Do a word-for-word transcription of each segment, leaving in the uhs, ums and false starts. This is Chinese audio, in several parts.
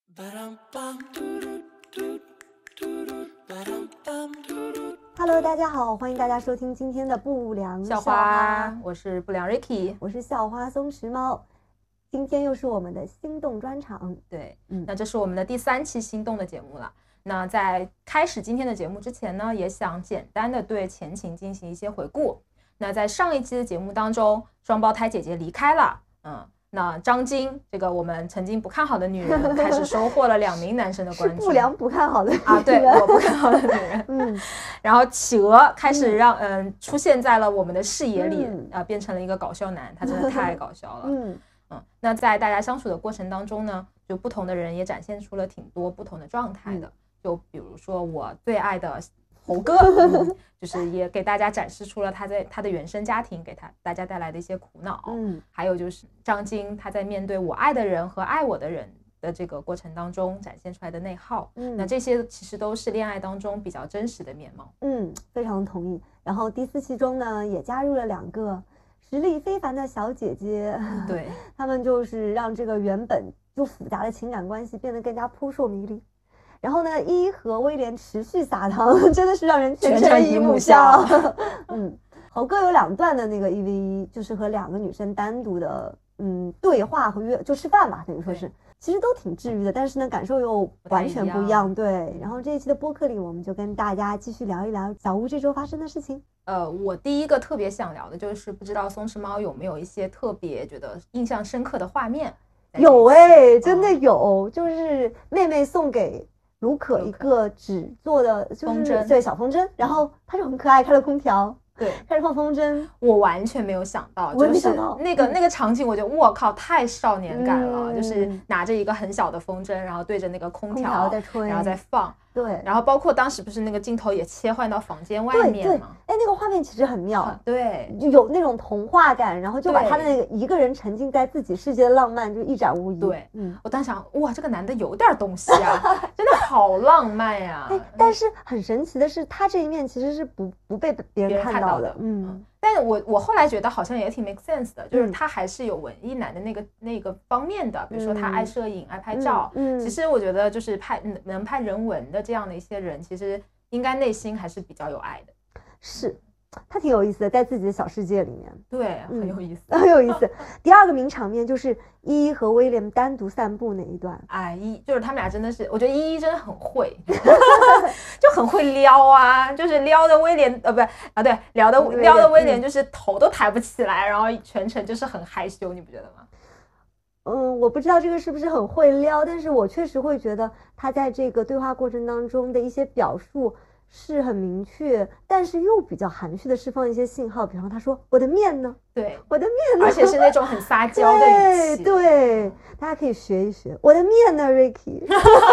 Hello， 大家好，欢迎大家收听今天的不良校花，我是不良 Ricky， 我是校花松弛猫。今天又是我们的心动专场， 对，嗯，那这是我们的第三期心动的节目了。那在开始今天的节目之前呢，也想简单的对前情进行一些回顾。那在上一期的节目当中，双胞胎姐姐离开了，嗯。那张晶这个我们曾经不看好的女人开始收获了两名男生的关注， 是不良不看好的女人啊，对，我不看好的女人。嗯，然后企鹅开始让嗯、呃、出现在了我们的视野里，嗯、呃，变成了一个搞笑男，他真的太搞笑了。嗯嗯，那在大家相处的过程当中呢，就不同的人也展现出了挺多不同的状态的，嗯、就比如说我最爱的猴哥、嗯，就是也给大家展示出了他在他的原生家庭给他大家带来的一些苦恼，嗯，还有就是张晶他在面对我爱的人和爱我的人的这个过程当中展现出来的内耗，嗯，那这些其实都是恋爱当中比较真实的面貌， 嗯，非常同意。然后第四期中呢，也加入了两个实力非凡的小姐姐， 对， 他们就是让这个原本就复杂的情感关系变得更加扑朔迷离。然后呢，依依和威廉持续撒糖，真的是让人全程姨母笑。嗯，猴哥有两段的那个一 v 一，就是和两个女生单独的嗯对话和约就吃饭吧，等于说是，其实都挺治愈的，但是呢感受又完全不一样。对，然后这一期的播客里，我们就跟大家继续聊一聊小屋这周发生的事情。 呃，我第一个特别想聊的就是，不知道松弛猫有没有一些特别觉得印象深刻的画面？ 有哎、欸，真的有，哦、就是妹妹送给卢可一个纸做的就是对小风筝，然后他就很可爱，开了空调， 对， 开始放风筝。 我完全没有想到， 我也没想到就是那个、嗯、那个场景，我觉得我靠，太少年感了、嗯，就是拿着一个很小的风筝，然后对着那个空调在吹， 然后再放。 对， 然后包括当时不是那个镜头也切换到房间外面吗？ 哎，那个画面其实很妙， 啊、对， 就有那种童话感，然后就把他的那个一个人沉浸在自己世界的浪漫就一展无遗。 对，嗯，我当时想，哇，这个男的有点东西啊，真的好浪漫呀、啊！ 但是很神奇的是，他这一面其实是不不被别人看到的， 到的嗯。但我我后来觉得好像也挺 make sense 的，就是他还是有文艺男的那个那个方面的，比如说他爱摄影、嗯、爱拍照。嗯，其实我觉得就是拍能拍人文的这样的一些人，其实应该内心还是比较有爱的。 是。他挺有意思的，在自己的小世界里面， 对，很有意思， 嗯、很有意思。第二个名场面就是依依和威廉单独散步那一段， 哎，依就是他们俩真的是，我觉得依依真的很会，就很会撩啊，就是撩的威廉，呃，不啊，对，撩的撩的威廉就是头都抬不起来，然后全程就是很害羞，你不觉得吗？ 嗯，我不知道这个是不是很会撩，但是我确实会觉得他在这个对话过程当中的一些表述是很明确，但是又比较含蓄的释放一些信号，比方他说我的面呢？ 对， 我的面呢？ 而且是那种很撒娇的语气。 对对，大家可以学一学我的面呢 Ricky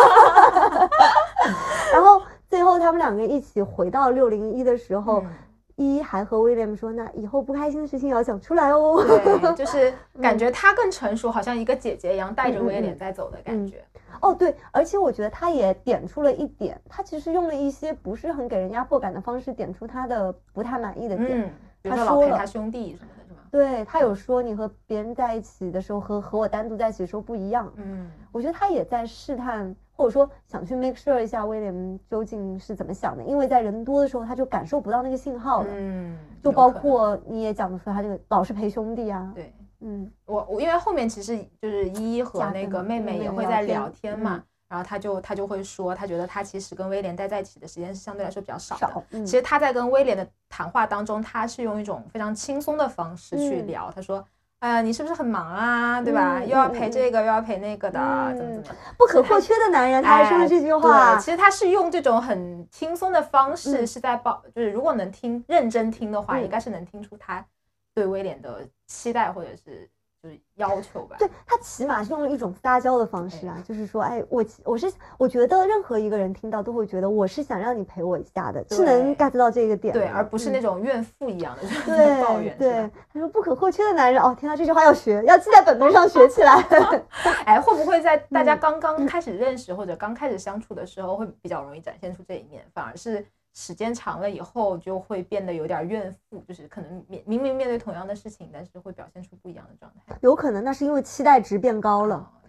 然后最后他们两个一起回到六零一的时候、嗯依依还和威廉说，那以后不开心的事情要讲出来哦。 对，就是感觉他更成熟，好像一个姐姐一样带着威廉在走的感觉、 嗯嗯、哦对，而且我觉得他也点出了一点，他其实用了一些不是很给人压迫感的方式点出他的不太满意的点、嗯、 比如说老陪他兄弟什么的是吗？ 对，他有说你和别人在一起的时候和和我单独在一起的时候不一样。嗯，我觉得他也在试探，或者说想去 make sure 一下威廉究竟是怎么想的，因为在人多的时候他就感受不到那个信号了。嗯，就包括你也讲得出他这个老是陪兄弟啊。 对，嗯，我我因为后面其实就是依依和那个妹妹也会在聊天嘛。嗯，然后他就他就会说，他觉得他其实跟威廉待在一起的时间是相对来说比较少的。少嗯、其实他在跟威廉的谈话当中，他是用一种非常轻松的方式去聊。嗯、他说：“哎呀，你是不是很忙啊？对吧？嗯、又要陪这个，嗯、又要陪那个的，嗯、怎么怎么不可或缺的男人。”他还说了这句话。 哎、对，其实他是用这种很轻松的方式，是在报，嗯、就是如果能听认真听的话，嗯、应该是能听出他对威廉的期待或者是。就是要求吧， 对，他起码是用了一种撒娇的方式啊，哎、就是说，哎，我我是我觉得任何一个人听到都会觉得我是想让你陪我一下的，是能 get 到这个点的， 对，而不是那种怨妇一样的、嗯、 对抱怨。 对，他说不可或缺的男人，哦，天哪，这句话要学，要记在本本上学起来。 哎，会不会在大家刚刚开始认识、嗯、或者刚开始相处的时候，会比较容易展现出这一面，反而是？时间长了以后就会变得有点怨妇，就是可能明明面对同样的事情，但是会表现出不一样的状态。 有可能那是因为期待值变高了、 哦、有可能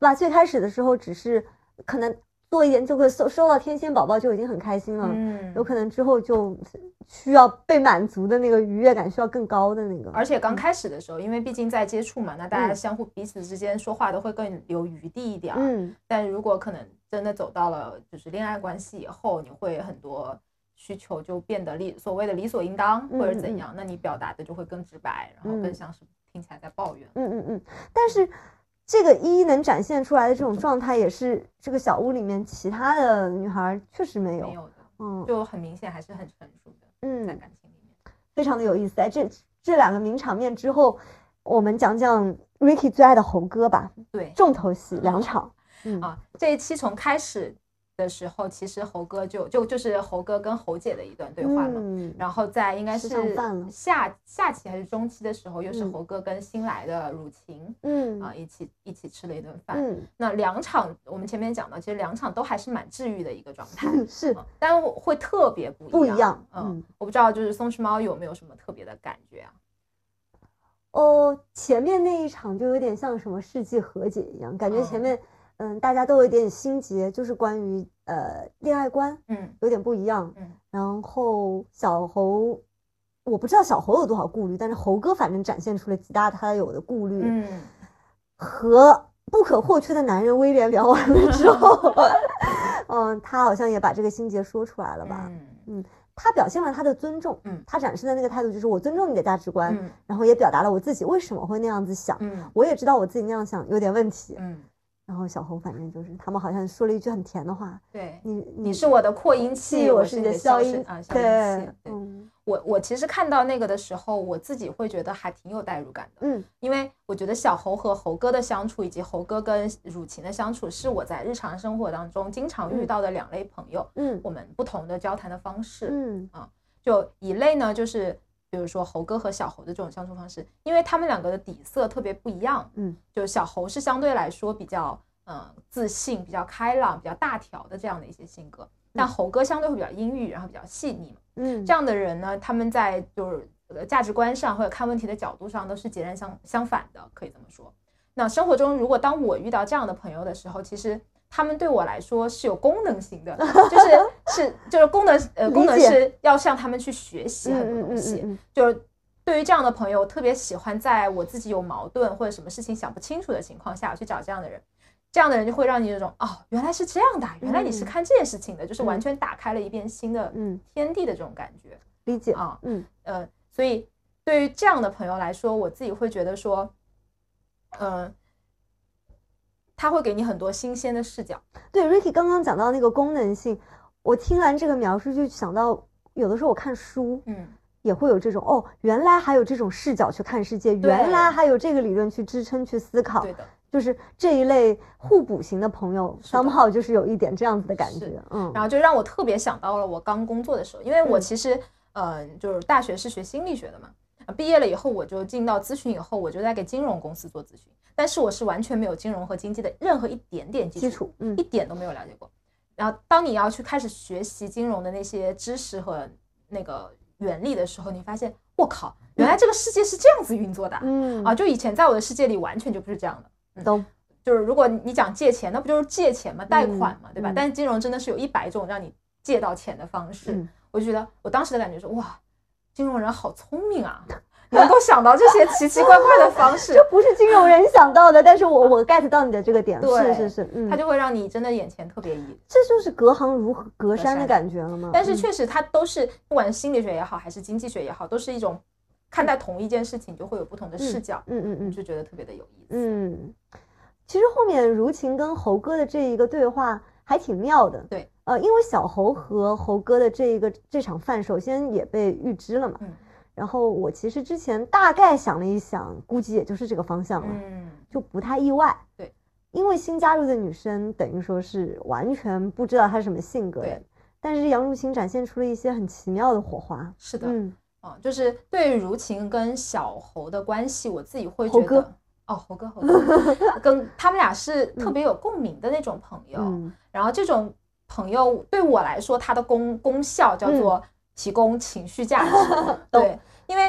吧？最开始的时候只是可能做一点就会收收到天仙宝宝就已经很开心了，嗯，有可能之后就需要被满足的那个愉悦感需要更高的那个。 而且刚开始的时候，嗯、因为毕竟在接触嘛，那大家相互彼此之间说话都会更有余地一点，嗯。但如果可能真的走到了就是恋爱关系以后，你会很多需求就变得理所谓的理所应当或者怎样，嗯嗯，那你表达的就会更直白，然后更像是听起来在抱怨。 嗯嗯嗯。但是这个一能展现出来的这种状态，也是这个小屋里面其他的女孩确实没有没有的，嗯，就很明显还是很成熟的，嗯，在感情里面非常的有意思。哎，这这两个名场面之后，我们讲讲 Ricky 最爱的猴哥吧。 对， 重头戏两场。 嗯啊，这一期从开始的时候，其实猴哥就就就是猴哥跟猴姐的一段对话嘛，嗯、然后在应该是下下期还是中期的时候，又是猴哥跟新来的汝晴，嗯啊一起一起吃了一顿饭。嗯，那两场我们前面讲到，其实两场都还是蛮治愈的一个状态， 嗯、是、 嗯，但会特别不一样。 不一样， 嗯，嗯我不知道就是松弛猫有没有什么特别的感觉啊？ 哦，前面那一场就有点像什么世纪和解一样，感觉前面。嗯嗯，大家都有点心结，就是关于呃恋爱观，嗯，有点不一样，嗯。然后小猴，我不知道小猴有多少顾虑，但是猴哥反正展现出了极大他有的顾虑，嗯。和不可或缺的男人威廉聊完了之后，嗯，他好像也把这个心结说出来了吧，嗯。嗯他表现了他的尊重，嗯，他展示的那个态度就是我尊重你的价值观，嗯。然后也表达了我自己为什么会那样子想，嗯。我也知道我自己那样想有点问题，嗯。然后小猴反正就是他们好像说了一句很甜的话， 对你你是我的扩音器，我是你的消音啊，消音器。对， 嗯， 我我其实看到那个的时候，我自己会觉得还挺有代入感的，嗯，因为我觉得小猴和猴哥的相处，以及猴哥跟汝晴的相处，是我在日常生活当中经常遇到的两类朋友，嗯，我们不同的交谈的方式，嗯啊，就一类呢就是。比如说猴哥和小猴的这种相处方式，因为他们两个的底色特别不一样，嗯，就小猴是相对来说比较呃自信、比较开朗、比较大条的这样的一些性格，但猴哥相对会比较阴郁，然后比较细腻嘛，嗯，这样的人呢，他们在就是价值观上或者看问题的角度上都是截然相相反的，可以这么说。那生活中如果当我遇到这样的朋友的时候，其实他们对我来说是有功能型的，就是是就是功能呃功能是要向他们去学习很多东西，嗯嗯嗯嗯就是对于这样的朋友，特别喜欢在我自己有矛盾或者什么事情想不清楚的情况下去找这样的人，这样的人就会让你有种哦原来是这样的，原来你是看这件事情的，嗯、就是完全打开了一片新的天地的这种感觉， 理解啊，嗯呃，所以对于这样的朋友来说，我自己会觉得说，嗯、呃。他会给你很多新鲜的视角。 对 Ricky 刚刚讲到那个功能性，我听完这个描述就想到，有的时候我看书，嗯，也会有这种哦，原来还有这种视角去看世界，原来还有这个理论去支撑去思考。对的，就是这一类互补型的朋友 somehow 就是有一点这样子的感觉，嗯， 然后就让我特别想到了我刚工作的时候，因为我其实嗯、呃，就是大学是学心理学的嘛。毕业了以后，我就进到咨询以后，我就在给金融公司做咨询，但是我是完全没有金融和经济的任何一点点基础，基础嗯、一点都没有了解过。然后当你要去开始学习金融的那些知识和那个原理的时候，你发现我靠，原来这个世界是这样子运作的，嗯啊，就以前在我的世界里完全就不是这样的， 都、嗯、 就是如果你讲借钱，那不就是借钱吗？贷款嘛，嗯、对吧？嗯、但是金融真的是有一百种让你借到钱的方式，嗯、我就觉得我当时的感觉是哇。金融人好聪明啊，能够想到这些奇奇怪怪的方式， 这不是金融人想到的，但是我我 get 到你的这个点，是是是， 嗯，它就会让你真的眼前特别一， 这就是隔行如隔山的感觉了吗？ 但是确实，它都是不管是心理学也好，还是经济学也好，都是一种看待同一件事情就会有不同的视角，嗯嗯嗯，就觉得特别的有意思。 嗯，其实后面如晴跟猴哥的这一个对话还挺妙的， 对。 呃，因为小猴和猴哥的这一个这场饭首先也被预知了嘛，嗯，然后我其实之前大概想了一想，估计也就是这个方向了，嗯，就不太意外， 对， 因为新加入的女生等于说是完全不知道她是什么性格的，但是杨如晴展现出了一些很奇妙的火花， 是的，嗯，哦，就是对于如晴跟小猴的关系，我自己会觉得，猴哥哦，猴哥，猴哥，跟他们俩是特别有共鸣的那种朋友，嗯，然后这种。朋友对我来说，它的功功效叫做提供情绪价值。嗯、对，因为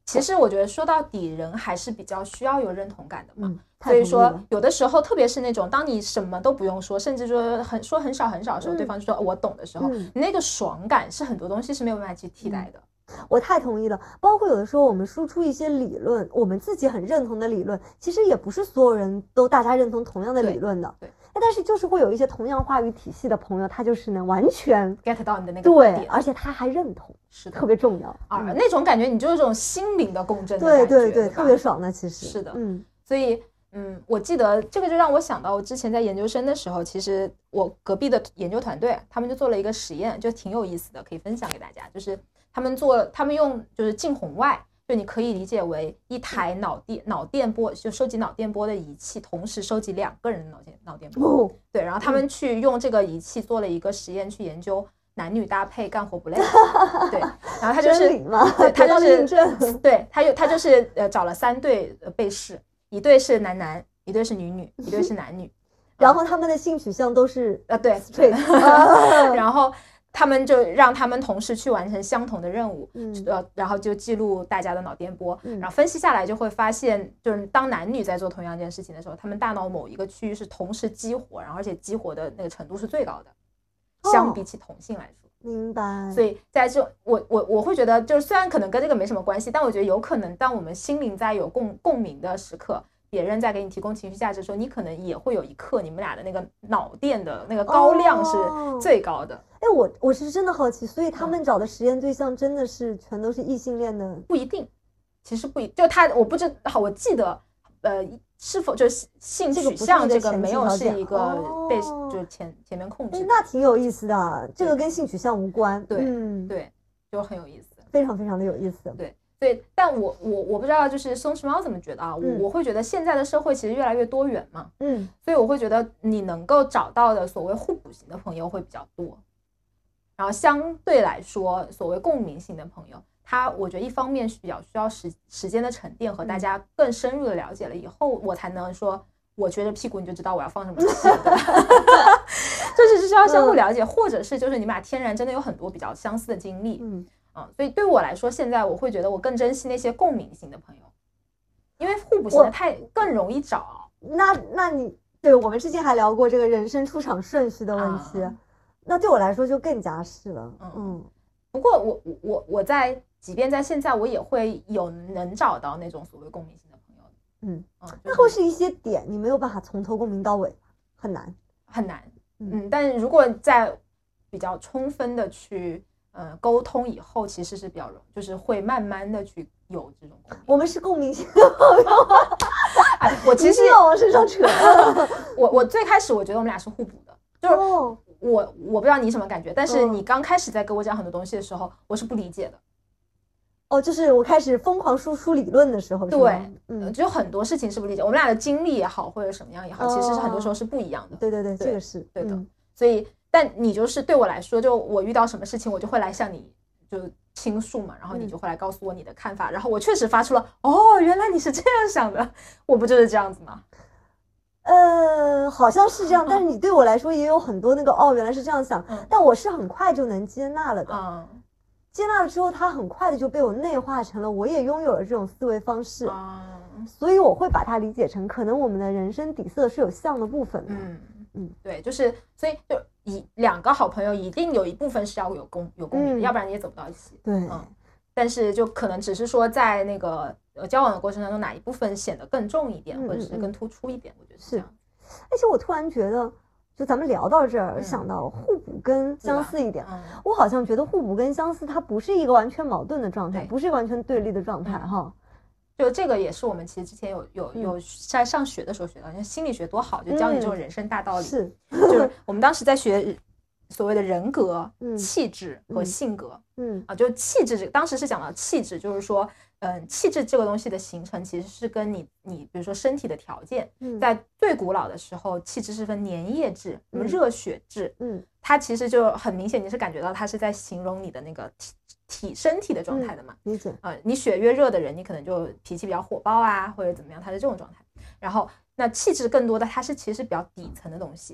其实我觉得说到底，人还是比较需要有认同感的嘛。 嗯、 所以说，有的时候，特别是那种当你什么都不用说，甚至说很说很少很少的时候，嗯、对方就说、哦、我懂的时候，嗯、你那个爽感是很多东西是没有办法去替代的。 嗯、我太同意了。包括有的时候我们输出一些理论，我们自己很认同的理论，其实也不是所有人都大家认同同样的理论的。 对。对但是就是会有一些同样话语体系的朋友，他就是能完全 get 到你的那个点，对，而且他还认同， 是特别重要啊、嗯，那种感觉你就是这种心灵的共振的感觉，对对对， 对，特别爽的，其实是的， 嗯， 所以嗯，我记得这个就让我想到，我之前在研究生的时候，其实我隔壁的研究团队，他们就做了一个实验，就挺有意思的，可以分享给大家，就是他们做，他们用就是近红外。就你可以理解为一台脑电脑电波，就收集脑电波的仪器，同时收集两个人的脑电脑电波。 哦， 对，然后他们去用这个仪器做了一个实验，去研究男女搭配干活不累。对，然后他就是对，他就是对，他就他就是呃找了三对被试，一对是男男，一对是女女，一对是男女， 然后他们的性取向都是呃对 straight， 然后。他们就让他们同时去完成相同的任务， 嗯， 呃，然后就记录大家的脑电波， 嗯， 然后分析下来就会发现，就是当男女在做同样一件事情的时候，他们大脑某一个区域是同时激活，然后而且激活的那个程度是最高的， 哦、 相比起同性来说。 明白。 所以在这，我我我会觉得，就是虽然可能跟这个没什么关系，但我觉得有可能，当我们心灵在有共共鸣的时刻。别人在给你提供情绪价值的时候，你可能也会有一刻，你们俩的那个脑电的那个高量是最高的。 哎、哦，我我是真的好奇，所以他们找的实验对象真的是全都是异性恋的？ 不一定，其实不一，就他我不知道，我记得，呃，是否就是性取向这个没有是一个被、哦、就是前前面控制的。 那挺有意思的，这个跟性取向无关。 对、 嗯、 对，就很有意思， 非常非常的有意思。 对。对，但我我我不知道，就是松弛猫怎么觉得啊？ 嗯、 我我会觉得现在的社会其实越来越多元嘛， 嗯， 所以我会觉得你能够找到的所谓互补型的朋友会比较多，然后相对来说，所谓共鸣型的朋友，他我觉得一方面是比较需要时时间的沉淀和大家更深入的了解了以后，我才能说，我撅着屁股你就知道我要放什么戏，就是需要相互了解，嗯、或者是就是你们俩天然真的有很多比较相似的经历， 嗯。 嗯，所以对我来说，现在我会觉得我更珍惜那些共鸣型的朋友，因为互补型的太更容易找。 那那你对我们之前还聊过这个人生出场顺序的问题，啊、那对我来说就更加是了。嗯，嗯不过我我我在即便在现在，我也会有能找到那种所谓共鸣型的朋友。 嗯嗯， 那会是一些点，你没有办法从头共鸣到尾，很难很难。嗯，嗯但如果在比较充分的去。呃，沟通以后其实是比较容易，就是会慢慢的去有这种共鸣。 我们是共鸣型的朋友哎，我其实要往身上扯。 我我最开始我觉得我们俩是互补的，就是我、哦、我不知道你什么感觉，但是你刚开始在跟我讲很多东西的时候，我是不理解的。 哦，就是我开始疯狂输出理论的时候， 对，嗯，就很多事情是不理解，我们俩的经历也好，或者什么样也好，哦、其实是很多时候是不一样的。 对对对，这个是对的， 嗯、 所以。但你就是对我来说，就我遇到什么事情，我就会来向你就倾诉嘛，然后你就会来告诉我你的看法，嗯、然后我确实发出了哦，原来你是这样想的，我不就是这样子吗？ 呃，好像是这样，但是你对我来说也有很多那个哦，原来是这样想，嗯、但我是很快就能接纳了的。 嗯， 接纳了之后，它很快的就被我内化成了，我也拥有了这种思维方式， 嗯、 所以我会把它理解成，可能我们的人生底色是有像的部分的。 嗯嗯， 对，就是所以就。一两个好朋友一定有一部分是要有共有共鸣的，嗯、要不然你也走不到一起。 对， 嗯，但是就可能只是说在那个呃交往的过程当中，哪一部分显得更重一点，嗯、或者是更突出一点，我觉得是这样。 而且我突然觉得，就咱们聊到这儿，嗯、想到互补跟相似一点， 嗯、 我好像觉得互补跟相似，它不是一个完全矛盾的状态，不是一个完全对立的状态， 嗯、 哈。 就这个也是我们其实之前有有有在上学的时候学到，因为心理学多好，就教你这种人生大道理。 是， 就是我们当时在学。所谓的人格、 嗯、 气质和性格， 嗯啊，就气质，当时是讲到气质，就是说，嗯，气质这个东西的形成其实是跟你你比如说身体的条件， 嗯、 在最古老的时候，气质是分粘液质、什么热血质， 嗯， 它其实就很明显，你是感觉到它是在形容你的那个体体身体的状态的嘛， 理解啊，你血越热的人，你可能就脾气比较火爆啊，或者怎么样，它是这种状态。然后那气质更多的，它是其实比较底层的东西。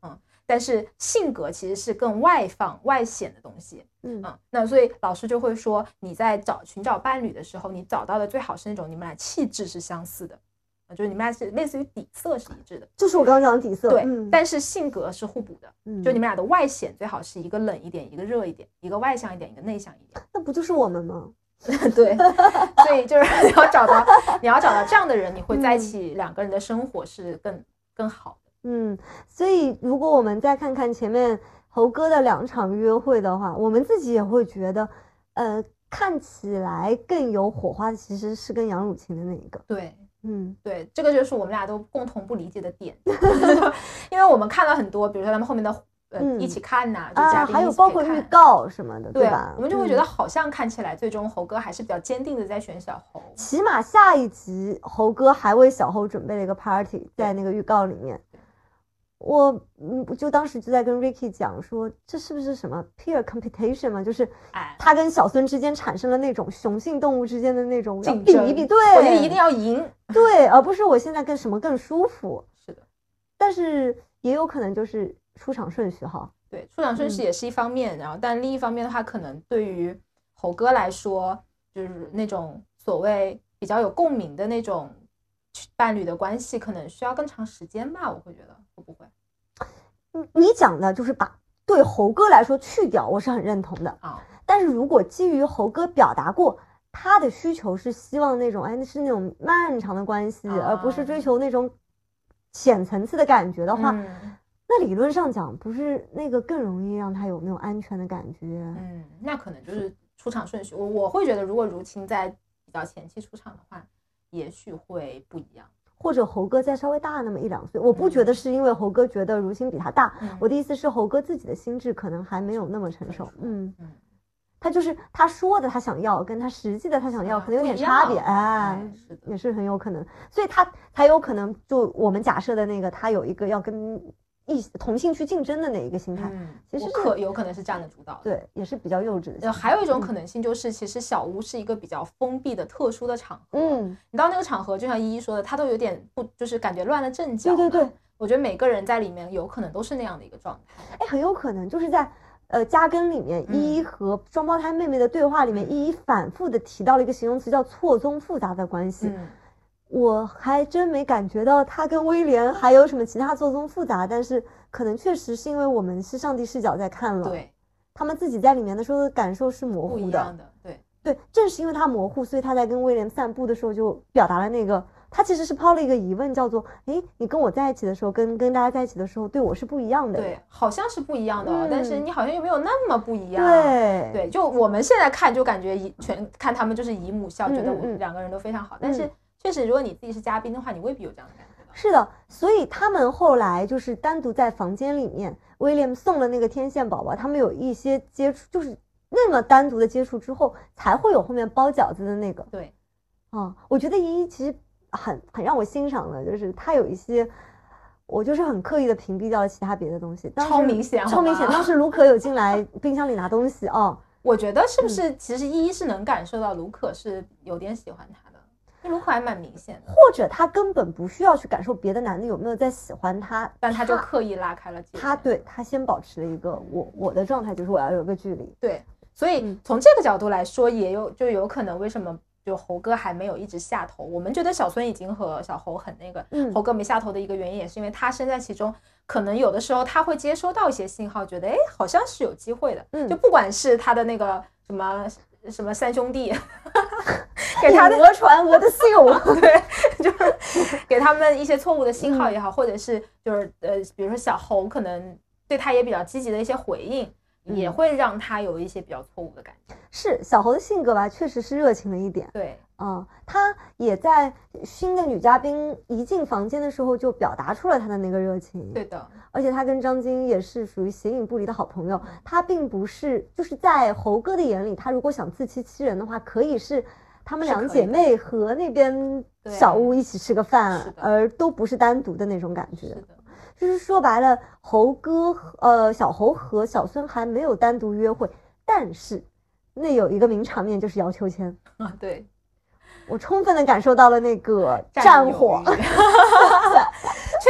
嗯，但是性格其实是更外放外显的东西。 嗯嗯，那所以老师就会说，你在找寻找伴侣的时候，你找到的最好是那种你们俩气质是相似的，就是你们俩是类似于底色是一致的， 就是我刚刚讲的底色。 对、 嗯， 但是性格是互补的。 嗯， 就你们俩的外显最好是一个冷一点，一个热一点，一个外向一点，一个内向一点。 那不就是我们吗？ 对，所以就是你要找到你要找到这样的人，你会在一起两个人的生活是更更好的。 嗯，所以如果我们再看看前面猴哥的两场约会的话，我们自己也会觉得，呃，看起来更有火花的其实是跟杨汝晴的那一个。 对， 嗯， 对，这个就是我们俩都共同不理解的点，因为我们看了很多，比如说他们后面的呃、嗯、一起看呐、啊，就嘉宾一起看、 啊，还有包括预告什么的， 对吧？ 我们就会觉得好像看起来最终猴哥还是比较坚定的在选小猴， 起码下一集猴哥还为小猴准备了一个 party， 在那个预告里面。我嗯，就当时就在跟 Ricky 讲说，这是不是什么 peer competition 嘛？就是他跟小孙之间产生了那种雄性动物之间的那种竞争， 比一比，对， 我觉得一定要赢， 对，而不是我现在跟什么更舒服。 是的， 但是也有可能就是出场顺序哈。 对，出场顺序也是一方面，嗯、然后但另一方面的话，可能对于猴哥来说，就是那种所谓比较有共鸣的那种伴侣的关系，可能需要更长时间吧，我会觉得。会不会？ 你讲的就是把对猴哥来说去掉，我是很认同的啊。 但是如果基于猴哥表达过他的需求是希望那种，哎，是那种漫长的关系， 啊、 而不是追求那种浅层次的感觉的话， 嗯、 那理论上讲，不是那个更容易让他有那种安全的感觉？ 嗯，那可能就是出场顺序。我我会觉得，如果如清在比较前期出场的话，也许会不一样。 或者猴哥再稍微大那么一两岁，我不觉得是因为猴哥觉得如清比他大， 嗯、 我的意思是猴哥自己的心智可能还没有那么成熟，嗯嗯， 他就是他说的他想要跟他实际的他想要可能有点差别，哎， 是的， 也是很有可能，所以他才有可能就我们假设的那个他有一个要跟异同性去竞争的那一个心态， 嗯、 其实可有可能是占了主导的， 对，也是比较幼稚的。 还有一种可能性就是，其实小屋是一个比较封闭的特殊的场合， 嗯， 你到那个场合，就像依依说的，他都有点不，就是感觉乱了阵脚。 对对对， 我觉得每个人在里面有可能都是那样的一个状态。 哎，很有可能就是在呃加根里面， 嗯、 依依和双胞胎妹妹的对话里面，依依、嗯、反复的提到了一个形容词叫错综复杂的关系。 嗯， 我还真没感觉到他跟威廉还有什么其他错综复杂，但是可能确实是因为我们是上帝视角在看了， 对， 他们自己在里面的时候的感受是模糊的， 不一样的，对对，正是因为他模糊，所以他在跟威廉散步的时候就表达了那个，他其实是抛了一个疑问，叫做，诶，你跟我在一起的时候，跟跟大家在一起的时候，对我是不一样的， 对，好像是不一样的、哦嗯，但是你好像又没有那么不一样， 对对，就我们现在看就感觉全看他们就是姨母笑， 嗯、 觉得我们两个人都非常好，嗯、但是。确实，如果你自己是嘉宾的话，你未必有这样的感觉。 是的，所以他们后来就是单独在房间里面，威廉送了那个天线宝宝，他们有一些接触，就是那么单独的接触之后，才会有后面包饺子的那个。 对， 啊、嗯，我觉得依依其实很很让我欣赏的，就是他有一些，我就是很刻意的屏蔽掉了其他别的东西， 超明显， 超明显。当时卢可有进来冰箱里拿东西哦， 我觉得是不是其实依依是能感受到卢可是有点喜欢他的。卢可还蛮明显的， 或者他根本不需要去感受别的男的有没有在喜欢他， 但他就刻意拉开了界限。 他对他先保持了一个我我的状态，就是我要有个距离。 对，所以从这个角度来说，也有就有可能为什么就猴哥还没有一直下头。我们觉得小孙已经和小猴很那个，嗯，猴哥没下头的一个原因，也是因为他身在其中，可能有的时候他会接收到一些信号，觉得哎好像是有机会的。嗯，就不管是他的那个什么。什么三兄弟给他的讹传我的秀对，就是给他们一些错误的信号也好、嗯、或者是就是呃比如说小猴可能对他也比较积极的一些回应、嗯、也会让他有一些比较错误的感觉。 是小猴的性格吧，确实是热情了一点。 对， 嗯，他也在新的女嘉宾一进房间的时候就表达出了他的那个热情。 对的， 而且他跟张晶也是属于形影不离的好朋友。他并不是就是在猴哥的眼里，他如果想自欺欺人的话，可以是他们两姐妹和那边小屋一起吃个饭，而都不是单独的那种感觉。 是的， 就是说白了，猴哥呃小猴和小孙还没有单独约会，但是那有一个名场面就是摇秋千啊，对。 我充分的感受到了那个战火确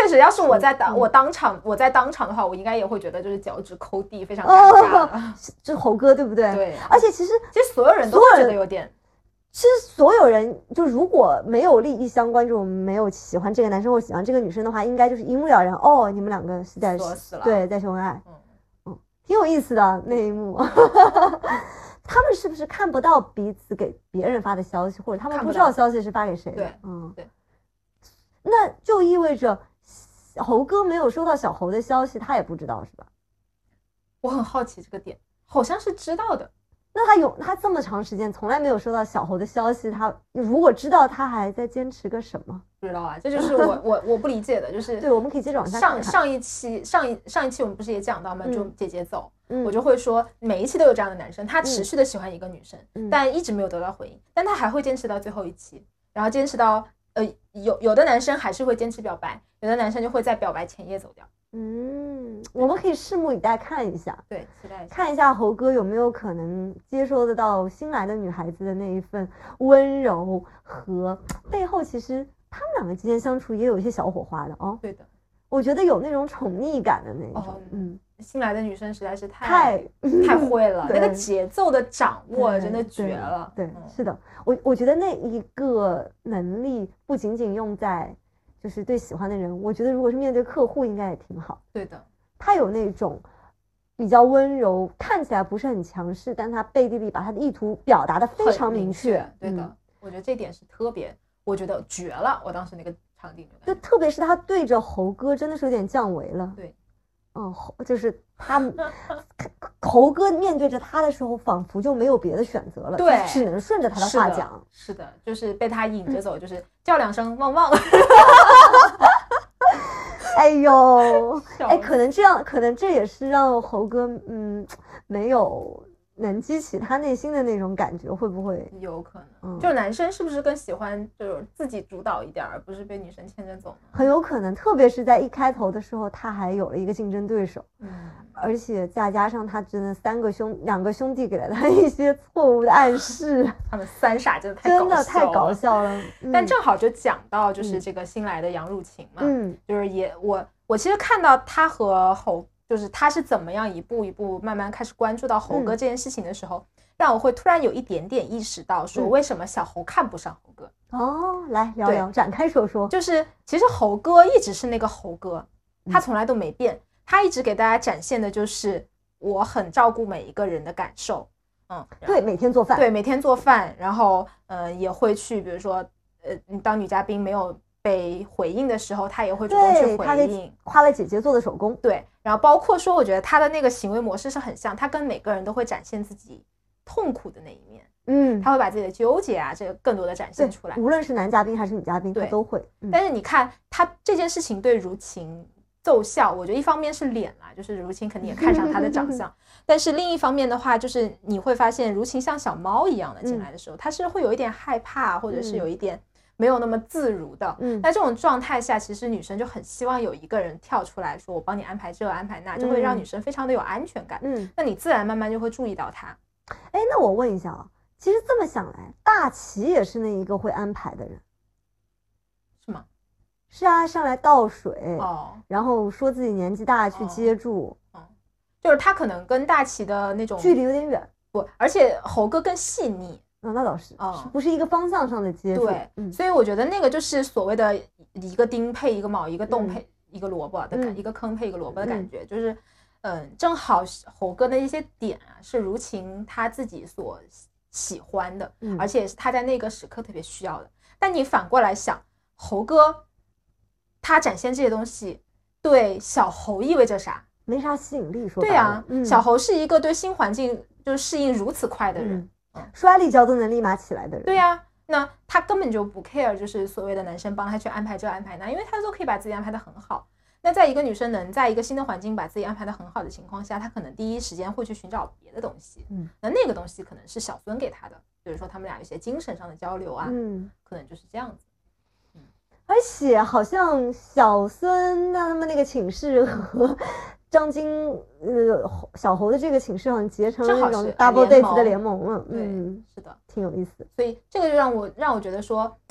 确实，要是我在当、嗯、我当场我在当场的话，我应该也会觉得就是脚趾抠地，非常尴尬、哦。 这猴哥对不对？ 对， 而且其实其实所有人都觉得有点。 其实所有人就如果没有利益相关，这种没有喜欢这个男生或喜欢这个女生的话，应该就是一目了然。哦，你们两个是在对在秀恩爱，嗯嗯，挺有意思的那一幕。他们是不是看不到彼此给别人发的消息，或者他们不知道消息是发给谁的？ 对，嗯，对。 那就意味着猴哥没有收到小猴的消息，他也不知道是吧？ 我很好奇这个点，好像是知道的。 那他有他这么长时间从来没有收到小猴的消息，他如果知道，他还在坚持个什么？ 不知道啊，这就是我我我不理解的，就是对，我们可以接着往下看看。 上上一期上一上一期我们不是也讲到吗？就姐姐走，嗯、我就会说每一期都有这样的男生，他持续的喜欢一个女生，嗯、但一直没有得到回应，但他还会坚持到最后一期，然后坚持到呃有有的男生还是会坚持表白，有的男生就会在表白前夜走掉。 嗯，我们可以拭目以待看一下， 对，期待一下， 看一下猴哥有没有可能接收得到新来的女孩子的那一份温柔和背后，其实他们两个之间相处也有一些小火花的哦。 对的， 我觉得有那种宠溺感的那种，哦、 嗯，新来的女生实在是太太太会了，那个节奏的掌握真的绝了。 对，对对嗯、是的，我我觉得那一个能力不仅仅用在。就是对喜欢的人，我觉得如果是面对客户，应该也挺好。 对的， 他有那种比较温柔，看起来不是很强势，但他背地里把他的意图表达的非常明确。 对的、嗯，我觉得这点是特别，我觉得绝了。我当时那个场景， 就特别是他对着猴哥，真的是有点降维了。 对， 嗯，就是他猴哥面对着他的时候，仿佛就没有别的选择了， 对， 只能顺着他的话讲。 是的，就是被他引着走，嗯、就是叫两声旺旺。 哎呦，哎，可能这样，可能这也是让猴哥嗯没有能激起他内心的那种感觉，会不会？ 有可能，嗯、就是男生是不是更喜欢就是自己主导一点，而不是被女生牵着走呢？ 很有可能，特别是在一开头的时候，他还有了一个竞争对手，嗯，而且再加上他真的三个兄两个兄弟给了他一些错误的暗示， 他们三傻真的太搞笑了真的太搞笑了。 嗯、但正好就讲到就是这个新来的杨汝晴嘛，嗯，就是也我我其实看到他和猴。就是他是怎么样一步一步慢慢开始关注到猴哥这件事情的时候，嗯、让我会突然有一点点意识到说为什么小猴看不上猴哥。 嗯、哦，来聊聊，展开说说。 就是其实猴哥一直是那个猴哥，他从来都没变，嗯、他一直给大家展现的就是我很照顾每一个人的感受。嗯， 对，每天做饭， 对，每天做饭，然后呃也会去，比如说呃当女嘉宾没有被回应的时候，他也会主动去回应， 夸了姐姐做的手工。 对，然后包括说，我觉得他的那个行为模式是很像，他跟每个人都会展现自己痛苦的那一面。嗯，他会把自己的纠结啊，这个更多的展现出来。 无论是男嘉宾还是女嘉宾，他都会。 嗯、但是你看他这件事情对如晴奏效，我觉得一方面是脸啦，就是如晴肯定也看上他的长相，但是另一方面的话，就是你会发现如晴像小猫一样的进来的时候，他、嗯、是会有一点害怕，或者是有一点。没有那么自如的，嗯，在这种状态下，其实女生就很希望有一个人跳出来说，我帮你安排这安排那，就会让女生非常的有安全感，嗯，那你自然慢慢就会注意到他。 哎，那我问一下啊，其实这么想来，大齐也是那一个会安排的人， 是吗？ 是啊，上来倒水，哦，然后说自己年纪大去接住， 哦，哦就是他可能跟大齐的那种距离有点远， 不，而且猴哥更细腻。 嗯、那倒是，哦、是不是一个方向上的接触？ 对，嗯、所以我觉得那个就是所谓的一个丁配一个卯，一个洞配、嗯、一个萝卜的感、嗯，一个坑配一个萝卜的感觉，嗯、就是，嗯，正好猴哥的一些点啊，是如晴他自己所喜欢的，嗯、而且也是他在那个时刻特别需要的。但你反过来想，猴哥他展现这些东西，对小猴意味着啥？ 没啥吸引力，说白了。对啊、嗯，小猴是一个对新环境就是适应如此快的人。嗯摔了一跤都能立马起来的人， 对呀、啊，那他根本就不 care， 就是所谓的男生帮他去安排这安排那，因为他都可以把自己安排得很好。那在一个女生能在一个新的环境把自己安排得很好的情况下，她可能第一时间会去寻找别的东西，嗯，那那个东西可能是小孙给他的，比如说他们俩有些精神上的交流啊，嗯，可能就是这样子。 嗯，而且好像小孙他们那个寝室和张晶呃小猴的这个寝室好像结成了那种 double dates 的联盟了，嗯， 是的， 挺有意思。 所以这个就让我让我觉得说，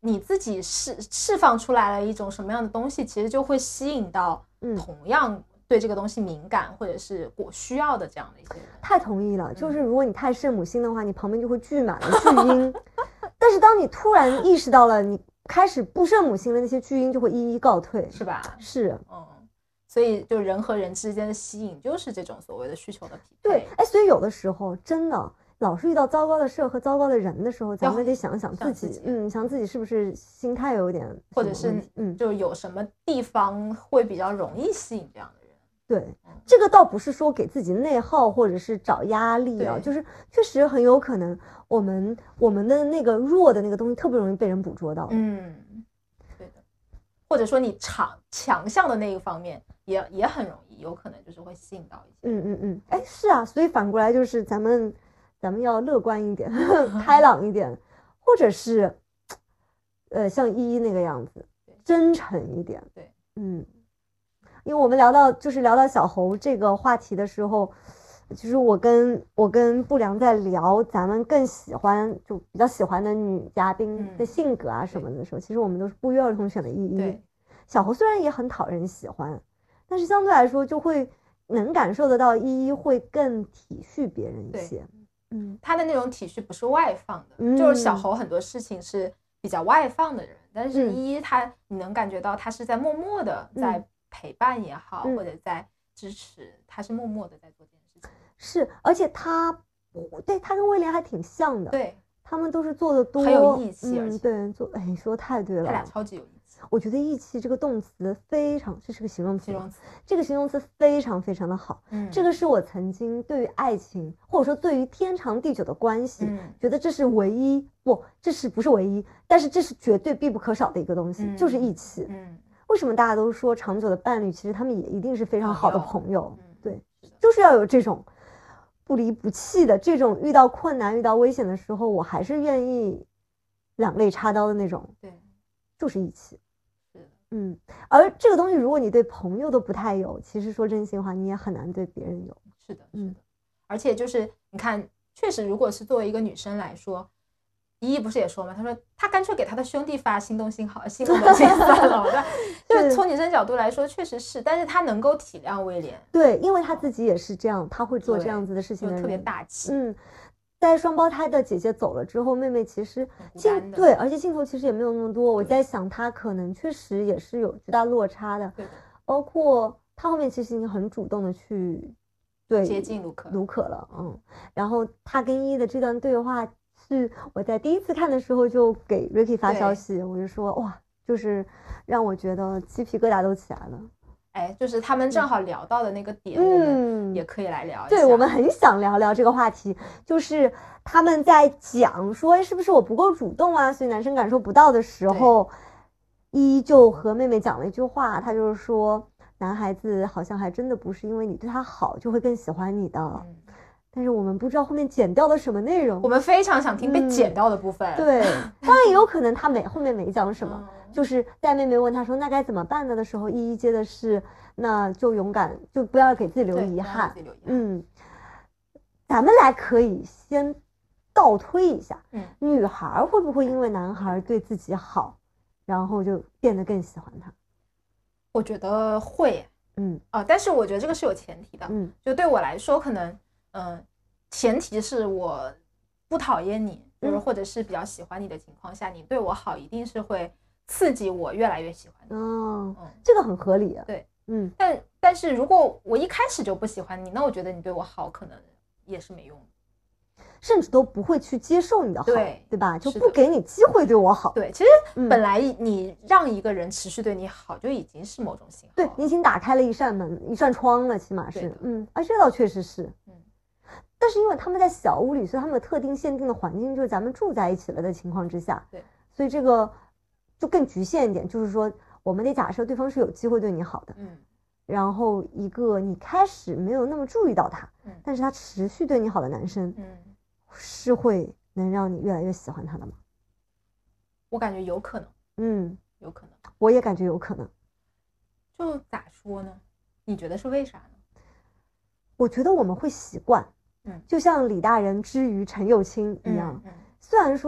你自己释释放出来了一种什么样的东西，其实就会吸引到同样对这个东西敏感或者是我需要的这样的一些人。 太同意了，就是如果你太圣母心的话，你旁边就会聚满了巨婴。但是当你突然意识到了你开始不圣母心的那些巨婴就会一一告退， 是吧？ 是， 嗯，所以就人和人之间的吸引就是这种所谓的需求的匹配。 对，哎，所以有的时候真的老是遇到糟糕的事和糟糕的人的时候，咱们得想想自己，嗯，想自己是不是心态有点， 或者是嗯，就有什么地方会比较容易吸引这样的人。 对，这个倒不是说给自己内耗或者是找压力啊，就是确实很有可能我们我们的那个弱的那个东西特别容易被人捕捉到。 嗯，对的。或者说你强强项的那一方面也也很容易，有可能就是会吸引到一些。 嗯嗯嗯，哎，是啊，所以反过来就是咱们咱们要乐观一点，开朗一点，或者是呃像依依那个样子，真诚一点。 对， 嗯。因为我们聊到就是聊到小猴这个话题的时候，就是我跟我跟不良在聊咱们更喜欢就比较喜欢的女嘉宾的性格啊什么的时候，嗯、其实我们都是不约而同选的依依。小猴虽然也很讨人喜欢，但是相对来说就会能感受得到依依会更体恤别人一些。 嗯，他的那种体恤不是外放的，嗯、就是小猴很多事情是比较外放的人，但是依依他你能感觉到他是在默默的在、嗯。陪伴也好，或者在支持，他是默默的在做这件事情。 是，而且他对他跟威廉还挺像的， 对， 他们都是做的多， 很有义气，而且、 嗯、对，做，哎，你说的太对了， 他俩超级有义气。 我觉得义气这个动词非常，这是个形容词， 形容词， 这个形容词非常非常的好。嗯，这个是我曾经对于爱情，或者说对于天长地久的关系，嗯、觉得这是唯一，不，这是不是唯一？但是这是绝对必不可少的一个东西，嗯、就是义气。嗯。为什么大家都说长久的伴侣，其实他们也一定是非常好的朋友？嗯、对，就是要有这种不离不弃的，这种遇到困难、遇到危险的时候，我还是愿意两肋插刀的那种。 对， 就是义气。 是， 嗯。而这个东西，如果你对朋友都不太有，其实说真心话，你也很难对别人有。 是的，是的。嗯、而且就是你看，确实，如果是作为一个女生来说。依依不是也说吗？他说他干脆给他的兄弟发心动信号、心动短信算了。就是从女生角度来说，确实是，但是他能够体谅威廉， 对，因为他自己也是这样，他会做这样子的事情的人， 特别大气。 嗯，在双胞胎的姐姐走了之后，妹妹其实镜对，而且镜头其实也没有那么多。我在想，他可能确实也是有巨大落差的， 对的， 包括他后面其实已经很主动的去对接近卢可卢可了，嗯，然后他跟依依的这段对话。是我在第一次看的时候就给 Ricky 发消息，我就说哇，就是让我觉得鸡皮疙瘩都起来了。 哎，就是他们正好聊到的那个点，嗯、我们也可以来聊一下。 对，我们很想聊聊这个话题，就是他们在讲说，哎，是不是我不够主动啊，所以男生感受不到的时候，依依就和妹妹讲了一句话，他就是说，男孩子好像还真的不是因为你对他好就会更喜欢你的。嗯，但是我们不知道后面剪掉了什么内容， 我们非常想听被剪掉的部分。 嗯、对，当然也有可能他没后面没讲什么，嗯、就是在妹妹问他说那该怎么办呢的时候，依依接的是那就勇敢，就不要给自己留遗憾。嗯，咱们来可以先倒推一下，嗯，女孩会不会因为男孩对自己好，然后就变得更喜欢他？ 我觉得会， 嗯啊，但是我觉得这个是有前提的， 嗯， 就对我来说可能。嗯，前提是我不讨厌你，就是或者是比较喜欢你的情况下，嗯、你对我好，一定是会刺激我越来越喜欢你。 哦，嗯、这个很合理啊。 对， 嗯， 但但是如果我一开始就不喜欢你，那我觉得你对我好可能也是没用的， 甚至都不会去接受你的好， 对对吧？就不给你机会对我好。 对，其实本来你让一个人持续对你好，就已经是某种信号。 对，你已经打开了一扇门、一扇窗了，起码是。嗯，啊，这倒确实是。嗯。但是因为他们在小屋里，所以他们有特定限定的环境，就是咱们住在一起了的情况之下， 对， 所以这个就更局限一点，就是说我们得假设对方是有机会对你好的， 嗯， 然后一个你开始没有那么注意到他， 嗯， 但是他持续对你好的男生， 嗯， 是会能让你越来越喜欢他的吗？ 我感觉有可能， 嗯， 有可能， 我也感觉有可能。 就咋说呢？你觉得是为啥呢？ 我觉得我们会习惯。 嗯， 就像李大人之于陈幼卿一样， 嗯嗯、 虽然说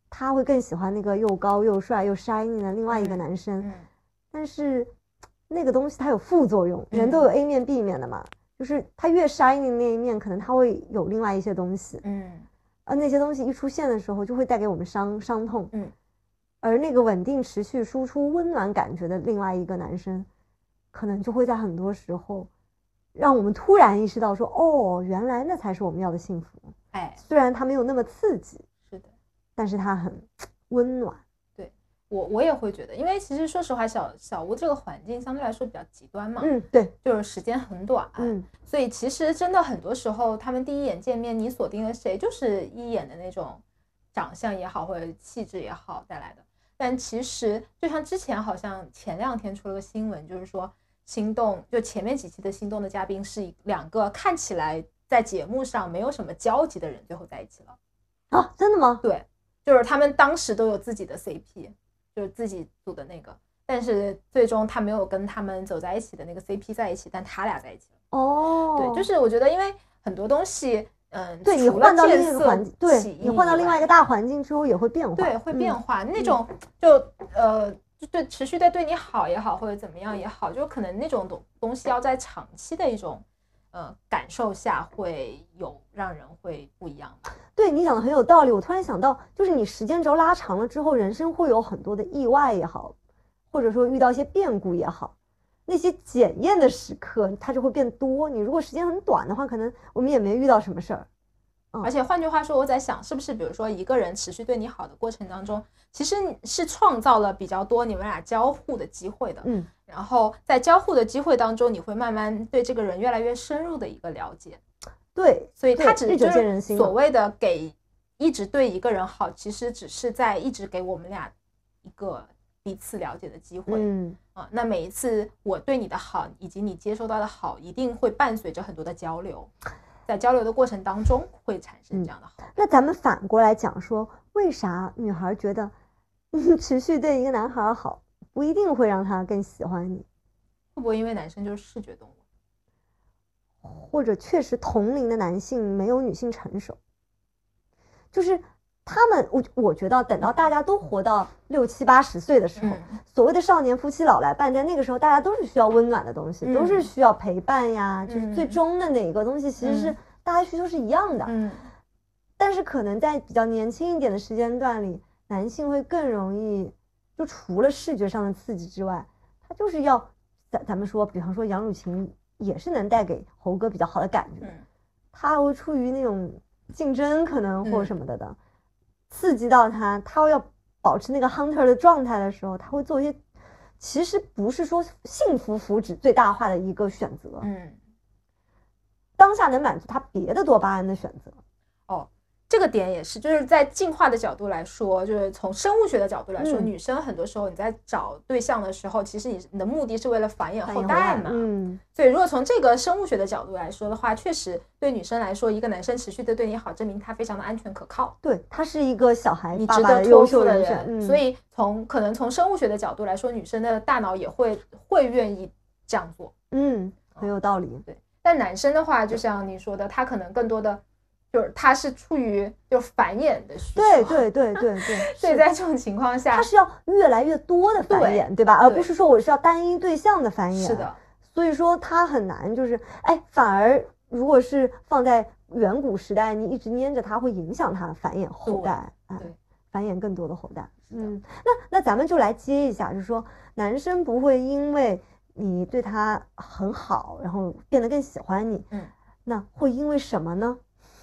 他会更喜欢那个又高又帅又 shiny 的另外一个男生，嗯嗯、但是那个东西它有副作用，人都有 A 面 B 面的嘛，就是他越 shiny 那一面，可能他会有另外一些东西，嗯，而那些东西一出现的时候，就会带给我们伤伤痛，嗯，而那个稳定持续输出温暖感觉的另外一个男生，可能就会在很多时候让我们突然意识到说，哦，原来那才是我们要的幸福。 哎， 虽然它没有那么刺激， 是的， 但是它很温暖。 对，我我也会觉得，因为其实说实话，小小屋这个环境相对来说比较极端嘛， 嗯，对， 就是时间很短，嗯，所以其实真的很多时候，他们第一眼见面，你锁定了谁，就是一眼的那种长相也好，或者气质也好带来的。但其实就像之前好像前两天出了个新闻，就是说心动就前面几期的心动的嘉宾是两个看起来在节目上没有什么交集的人最后在一起了啊？真的吗？ 对，就是他们当时都有自己的 C P， 就是自己组的那个，但是最终他没有跟他们走在一起的那个 C P 在一起，但他俩在一起了。 哦， 对，就是我觉得因为很多东西嗯， 对，你换到另一个环境，对，你换到另外一个大环境之后也会变化， 对，会变化。嗯、那种就呃，就对持续的对你好也好，或者怎么样也好，就可能那种东东西要在长期的一种呃感受下，会有让人会不一样。 对，你讲的很有道理。我突然想到，就是你时间轴拉长了之后，人生会有很多的意外也好，或者说遇到一些变故也好。那些检验的时刻它就会变多，你如果时间很短的话，可能我们也没遇到什么事儿、 嗯、而且换句话说，我在想是不是比如说一个人持续对你好的过程当中，其实是创造了比较多你们俩交互的机会的，嗯，然后在交互的机会当中，你会慢慢对这个人越来越深入的一个了解。 对， 所以他只是所谓的给一直对一个人好，其实只是在一直给我们俩一个彼此了解的机会，嗯啊，那每一次我对你的好以及你接收到的好，一定会伴随着很多的交流，在交流的过程当中会产生这样的好、嗯。 那咱们反过来讲说，为啥女孩觉得、嗯、持续对一个男孩好，不一定会让他更喜欢你？ 会不会因为男生就是视觉动物， 或者确实同龄的男性没有女性成熟，就是他们，我我觉得等到大家都活到六七八十岁的时候、嗯，所谓的少年夫妻老来伴，在那个时候大家都是需要温暖的东西、嗯，都是需要陪伴呀，嗯、就是最终的哪个东西其实是、嗯、大家需求是一样的。嗯，但是可能在比较年轻一点的时间段里，男性会更容易，就除了视觉上的刺激之外，他就是要咱咱们说，比方说杨汝晴也是能带给猴哥比较好的感觉，嗯、他会出于那种竞争可能或什么的的。嗯，刺激到他，他要保持那个 hunter 的状态的时候，他会做一些其实不是说幸福福祉最大化的一个选择，嗯，当下能满足他别的多巴胺的选择。 哦，这个点也是，就是在进化的角度来说，就是从生物学的角度来说、嗯、女生很多时候你在找对象的时候，其实你的目的是为了繁衍后代嘛，嗯，所以如果从这个生物学的角度来说的话，确实对女生来说，一个男生持续的对你好，证明他非常的安全可靠， 对，他是一个小孩你值得优秀的人，嗯、所以从可能从生物学的角度来说，女生的大脑也会会愿意这样做， 嗯，很有道理、嗯、 对。但男生的话，就像你说的，他可能更多的就是他是出于就繁衍的需求， 对对对对对， 所以在这种情况下， 他是要越来越多的繁衍， 对, 对吧？而不是说我是要单一对象的繁衍。 是的， 所以说他很难，就是哎，反而如果是放在远古时代，你一直黏着他，会影响他繁衍后代，哎，繁衍更多的后代。嗯，那那咱们就来接一下，就是说男生不会因为你对他很好，然后变得更喜欢你，嗯，那会因为什么呢？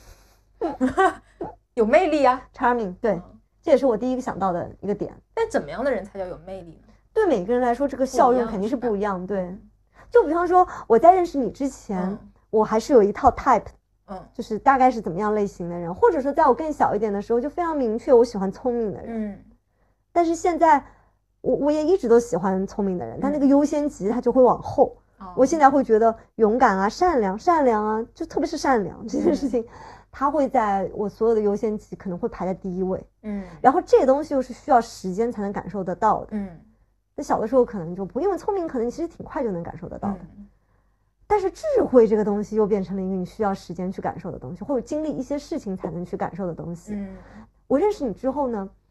有魅力啊 ，charming， 对、嗯，这也是我第一个想到的一个点。 但怎么样的人才叫有魅力呢？ 对每个人来说，这个效用肯定是不一样。对，就比方说我在认识你之前、嗯，我还是有一套 type， 嗯，就是大概是怎么样类型的人，或者说在我更小一点的时候，就非常明确我喜欢聪明的人。嗯，但是现在我我也一直都喜欢聪明的人，但那个优先级它就会往后。嗯、我现在会觉得勇敢啊、善良、善良啊，就特别是善良这件事情。嗯，它会在我所有的优先级可能会排在第一位，嗯，然后这些东西又是需要时间才能感受得到的，嗯，那小的时候可能就不，因为聪明可能其实挺快就能感受得到的，嗯、但是智慧这个东西又变成了一个你需要时间去感受的东西，或者经历一些事情才能去感受的东西。嗯，我认识你之后呢，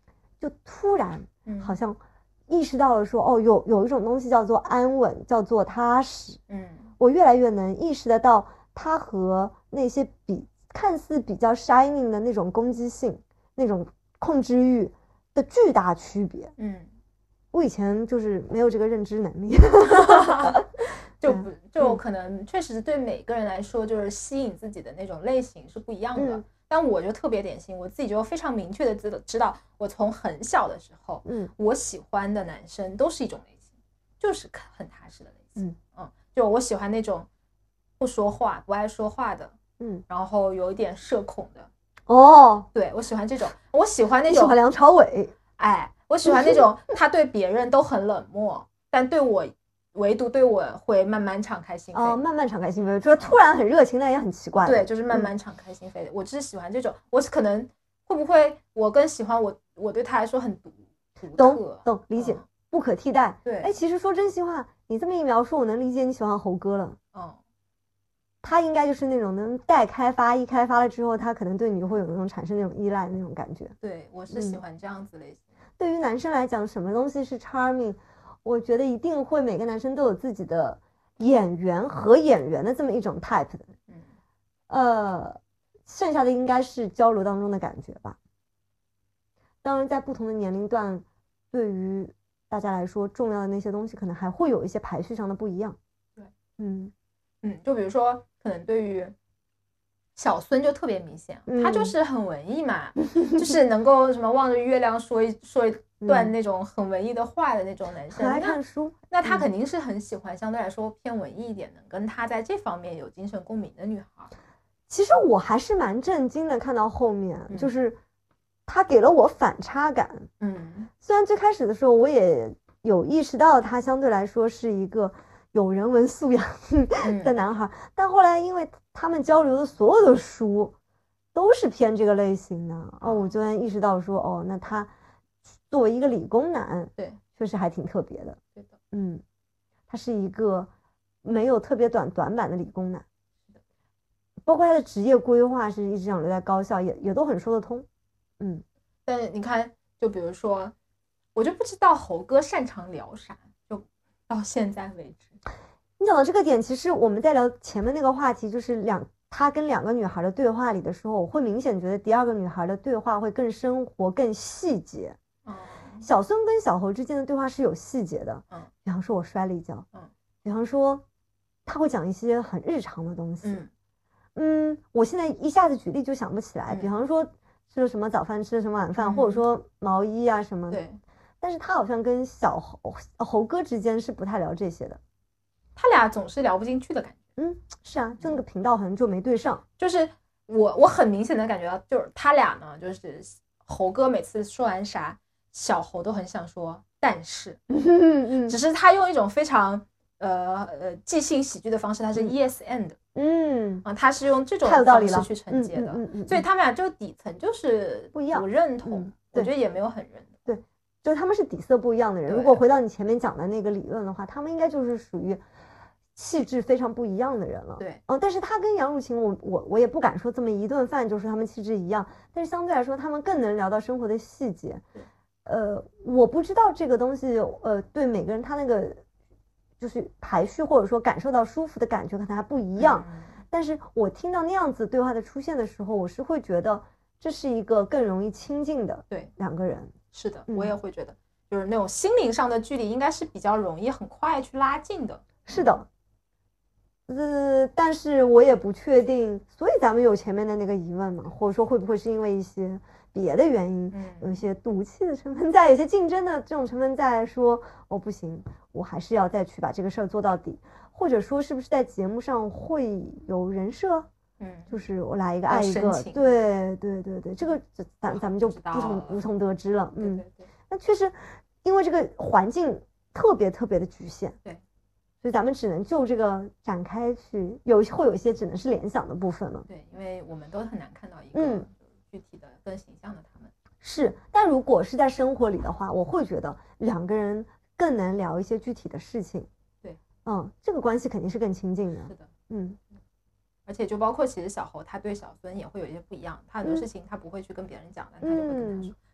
就突然好像意识到了说，哦，有有一种东西叫做安稳，叫做踏实。 嗯， 我越来越能意识得到它和那些比看似比较 shining 的那种攻击性、那种控制欲的巨大区别。 嗯， 我以前就是没有这个认知能力。 就不就可能确实对每个人来说，就是吸引自己的那种类型是不一样的。嗯，但我就特别典型，我自己就非常明确的知道，知道我从很小的时候，嗯，我喜欢的男生都是一种类型，就是很踏实的类型。嗯嗯，就我喜欢那种不说话、不爱说话的，嗯，然后有一点社恐的。哦，对，我喜欢这种，我喜欢那种。 你喜欢梁朝伟？ 哎，我喜欢那种他对别人都很冷漠，但对我。唯独对我会慢慢敞开心扉。 哦，慢慢敞开心扉，就是突然很热情，那也很奇怪。 对，就是慢慢敞开心扉的。嗯，我只是喜欢这种，我可能会不会我更喜欢我，我对他来说很独独特， 懂懂理解，嗯，不可替代。 对， 哎，其实说真心话，你这么一描述，我能理解你喜欢猴哥了。 嗯， 他应该就是那种能待开发，一开发了之后，他可能对你会有那种产生那种依赖的那种感觉。 对，我是喜欢这样子类型。 嗯，对于男生来讲，什么东西是 charming？我觉得一定会每个男生都有自己的演员和演员的这么一种 type 的，嗯，呃，剩下的应该是交流当中的感觉吧。当然，在不同的年龄段，对于大家来说重要的那些东西，可能还会有一些排序上的不一样。 对， 嗯嗯，就比如说，可能对于小孙就特别明显，嗯，他就是很文艺嘛，就是能够什么望着月亮说一说一。段那种很文艺的话的那种男生， 很爱看书， 那他肯定是很喜欢相对来说偏文艺一点的，跟他在这方面有精神共鸣的女孩。 其实我还是蛮震惊的，看到后面，嗯，就是他给了我反差感。嗯，虽然最开始的时候我也有意识到他相对来说是一个有人文素养的男孩，嗯，但后来因为他们交流的所有的书都是偏这个类型的，哦，我就意识到说，哦，那他。作为一个理工男， 对， 确实还挺特别的。 对的， 嗯，他是一个没有特别短短板的理工男，包括他的职业规划是一直想留在高校，也也都很说得通。嗯， 但你看，就比如说，我就不知道猴哥擅长聊啥，就到现在为止。 你讲到这个点，其实我们在聊前面那个话题，就是两他跟两个女孩的对话里的时候，我会明显觉得第二个女孩的对话会更生活、更细节。 嗯， 小孙跟小猴之间的对话是有细节的，嗯，比方说我摔了一跤，嗯，比方说他会讲一些很日常的东西，嗯，嗯，我现在一下子举例就想不起来，嗯，比方说吃了什么早饭，吃了什么晚饭，嗯，或者说毛衣啊什么的， 对， 但是他好像跟小猴猴哥之间是不太聊这些的， 他俩总是聊不进去的感觉， 嗯，是啊，就那个频道好像就没对上， 就是我我很明显的感觉到，就是他俩呢，就是猴哥每次说完啥。小猴都很想说，但是，只是他用一种非常呃呃即兴喜剧的方式，他是 yes and， 嗯啊，他是用这种方式去承接的，嗯嗯嗯嗯、所以他们俩这个底层就是不一样， 不认同，嗯、我觉得也没有很认同， 对，就是他们是底色不一样的人。如果回到你前面讲的那个理论的话，他们应该就是属于气质非常不一样的人了， 对， 嗯，但是他跟杨汝晴，我我我也不敢说这么一顿饭就是他们气质一样，但是相对来说，他们更能聊到生活的细节。呃，我不知道这个东西，呃，对每个人他那个就是排序或者说感受到舒服的感觉可能还不一样，嗯、但是我听到那样子对话的出现的时候，我是会觉得这是一个更容易亲近的对两个人。 是的，我也会觉得，嗯、就是那种心灵上的距离应该是比较容易很快去拉近的。 是的，呃，但是我也不确定，所以咱们有前面的那个疑问嘛，或者说会不会是因为一些别的原因，嗯、有一些赌气的成分在，有些竞争的这种成分在，说哦不行，我还是要再去把这个事儿做到底，或者说是不是在节目上会有人设，嗯，就是我来一个爱一个，对对对对，这个咱咱们就不从无从得知了，嗯，那确实因为这个环境特别特别的局限， 对。 所以咱们只能就这个展开去，有会有一些只能是联想的部分了。 对，因为我们都很难看到一个具体的、更形象的他们。 是，但如果是在生活里的话，我会觉得两个人更能聊一些具体的事情。 对， 嗯，这个关系肯定是更亲近的。 是的， 嗯。 而且就包括其实小猴他对小孙也会有一些不一样，他很多事情他不会去跟别人讲，但他就会跟他说。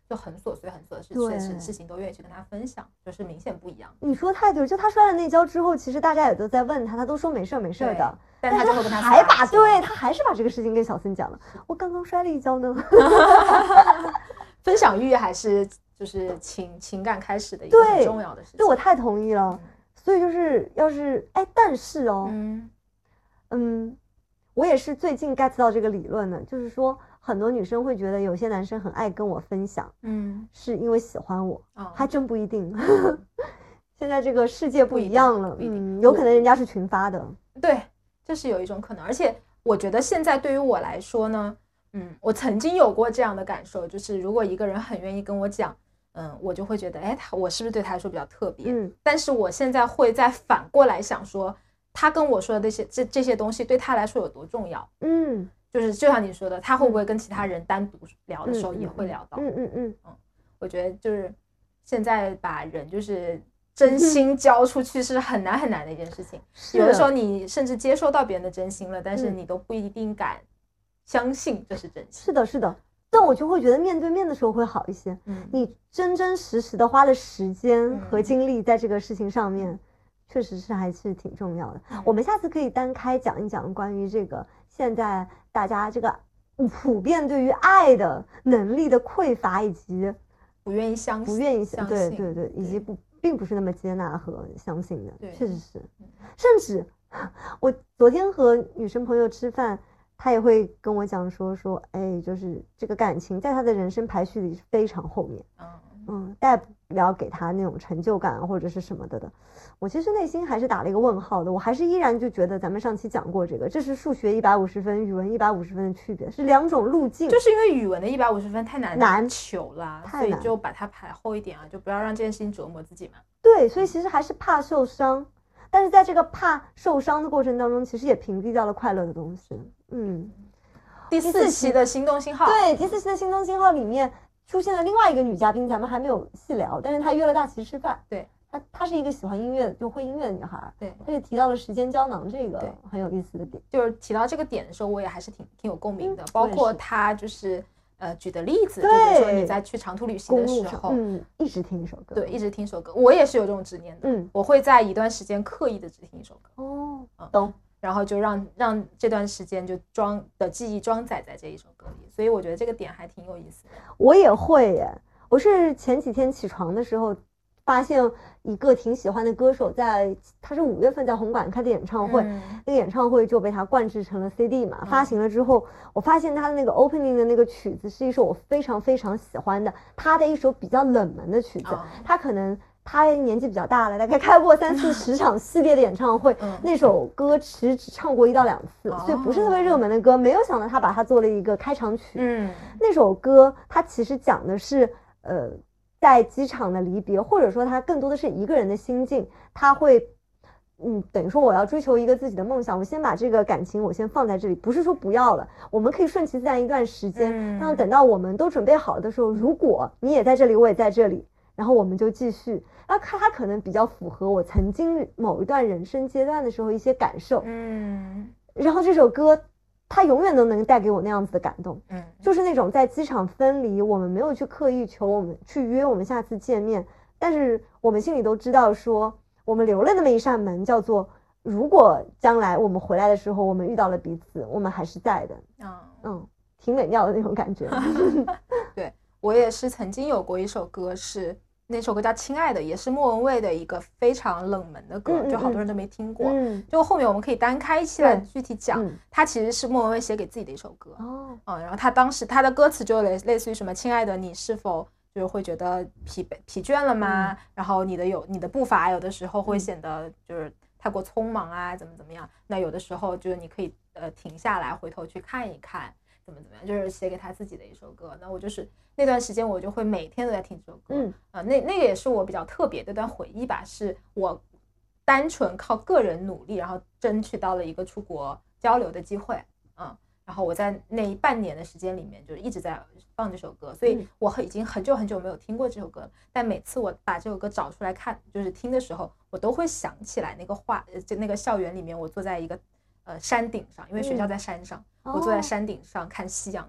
就很琐碎很琐碎的事事情都愿意去跟他分享，就是明显不一样。 你说太对了，就他摔了那跤之后，其实大家也都在问他，他都说没事没事的， 但他就会跟他还把对他还是把这个事情跟小森讲了，我刚刚摔了一跤呢。 分享欲还是就是情情感开始的一个很重要的事情。 对，我太同意了。嗯、所以就是要是哎，但是哦， 嗯嗯，我也是最近 get 到这个理论的，就是说很多女生会觉得有些男生很爱跟我分享， 嗯， 是因为喜欢我， 哦、 还真不一定。现在这个世界不一样了，嗯，有可能人家是群发的。 对，这是有一种可能，而且我觉得现在对于我来说呢。嗯，我曾经有过这样的感受，就是如果一个人很愿意跟我讲，嗯，我就会觉得，哎，他我是不是对他来说比较特别？ 嗯， 但是我现在会再反过来想说，他跟我说的这些这这些东西对他来说有多重要？ 嗯， 就是就像你说的，他会不会跟其他人单独聊的时候也会聊到？ 嗯嗯嗯 嗯, 嗯，我觉得就是现在把人就是真心交出去是很难很难的一件事情。有的时候你甚至接受到别人的真心了，但是你都不一定敢。相信这是真心。 是的，是的，但我就会觉得面对面的时候会好一些。 嗯， 你真真实实的花了时间和精力在这个事情上面，嗯、确实是还是挺重要的。嗯、我们下次可以单开讲一讲关于这个现在大家这个普遍对于爱的能力的匮乏，以及不愿意相信， 不愿意相信，对对对，以及不并不是那么接纳和相信的，确实是。甚至我昨天和女生朋友吃饭。他也会跟我讲说说，哎，就是这个感情在他的人生排序里是非常后面， 嗯嗯，带不了给他那种成就感或者是什么的的。我其实内心还是打了一个问号的，我还是依然就觉得咱们上期讲过这个，这是数学一百五十分，语文一百五十分的区别，是两种路径。 就是因为语文的一百五十分太难难求了， 太难， 所以就把它排后一点啊，就不要让这件事情折磨自己嘛。 对，所以其实还是怕受伤。但是在这个怕受伤的过程当中，其实也屏蔽掉了快乐的东西。嗯， 第四期的心动信号， 对，第四期的心动信号里面出现了另外一个女嘉宾，咱们还没有细聊，但是她约了大齐吃饭。 对， 她她是一个喜欢音乐就会音乐的女孩。 对， 她就提到了时间胶囊这个很有意思的点。 就是提到这个点的时候，我也还是挺挺有共鸣的，嗯、包括她就是呃举的例子，就是说你在去长途旅行的时候， 嗯，一直听一首歌， 对，一直听一首歌，我也是有这种执念的， 嗯， 我会在一段时间刻意的只听一首歌， 哦，嗯、懂， 然后就让让这段时间就装的记忆装载在这一首歌里，所以我觉得这个点还挺有意思的。 我也会耶，我是前几天起床的时候。发现一个挺喜欢的歌手在，他是五月份在红馆开的演唱会， 嗯、 那个演唱会就被他灌制成了 C D 嘛，嗯、发行了之后，我发现他的那个 opening 的那个曲子是一首我非常非常喜欢的，他的一首比较冷门的曲子， 哦、 他可能他年纪比较大了，大概开过三四十场系列的演唱会， 嗯、 那首歌其实只唱过一到两次， 哦、 所以不是特别热门的歌，没有想到他把它做了一个开场曲， 嗯， 那首歌它其实讲的是呃。在机场的离别，或者说他更多的是一个人的心境，他会，嗯，等于说我要追求一个自己的梦想，我先把这个感情我先放在这里，不是说不要了，我们可以顺其自然一段时间， 嗯、 然后等到我们都准备好了的时候，如果你也在这里，我也在这里，然后我们就继续，然后他可能比较符合我曾经某一段人生阶段的时候一些感受， 嗯， 然后这首歌。他永远都能带给我那样子的感动， 嗯， 就是那种在机场分离，我们没有去刻意求我们去约我们下次见面，但是我们心里都知道说，我们留了那么一扇门，叫做如果将来我们回来的时候，我们遇到了彼此，我们还是在的， 嗯嗯，挺美妙的那种感觉。 对，我也是曾经有过一首歌是。那首歌叫《亲爱的》，也是莫文蔚的一个非常冷门的歌， 嗯、 就好多人都没听过。 嗯， 就后面我们可以单开一期来具体讲， 嗯、 它其实是莫文蔚写给自己的一首歌。 哦， 嗯，然后他当时他的歌词就类类似于什么“亲爱的，你是否就是会觉得疲惫疲倦了吗？”嗯、然后你的有你的步伐有的时候会显得就是太过匆忙啊，怎么怎么样？那有的时候就是你可以呃停下来，回头去看一看。怎么怎么样，就是写给他自己的一首歌。那我就是那段时间，我就会每天都在听这首歌。 嗯， 呃，那那个也是我比较特别的一段回忆吧，是我单纯靠个人努力，然后争取到了一个出国交流的机会。嗯，然后我在那半年的时间里面，就是一直在放这首歌，所以我已经很久很久没有听过这首歌了。但每次我把这首歌找出来看，就是听的时候，我都会想起来那个画，就那个校园里面，我坐在一个。呃，山顶上，因为学校在山上， 嗯、 我坐在山顶上看夕阳的样子，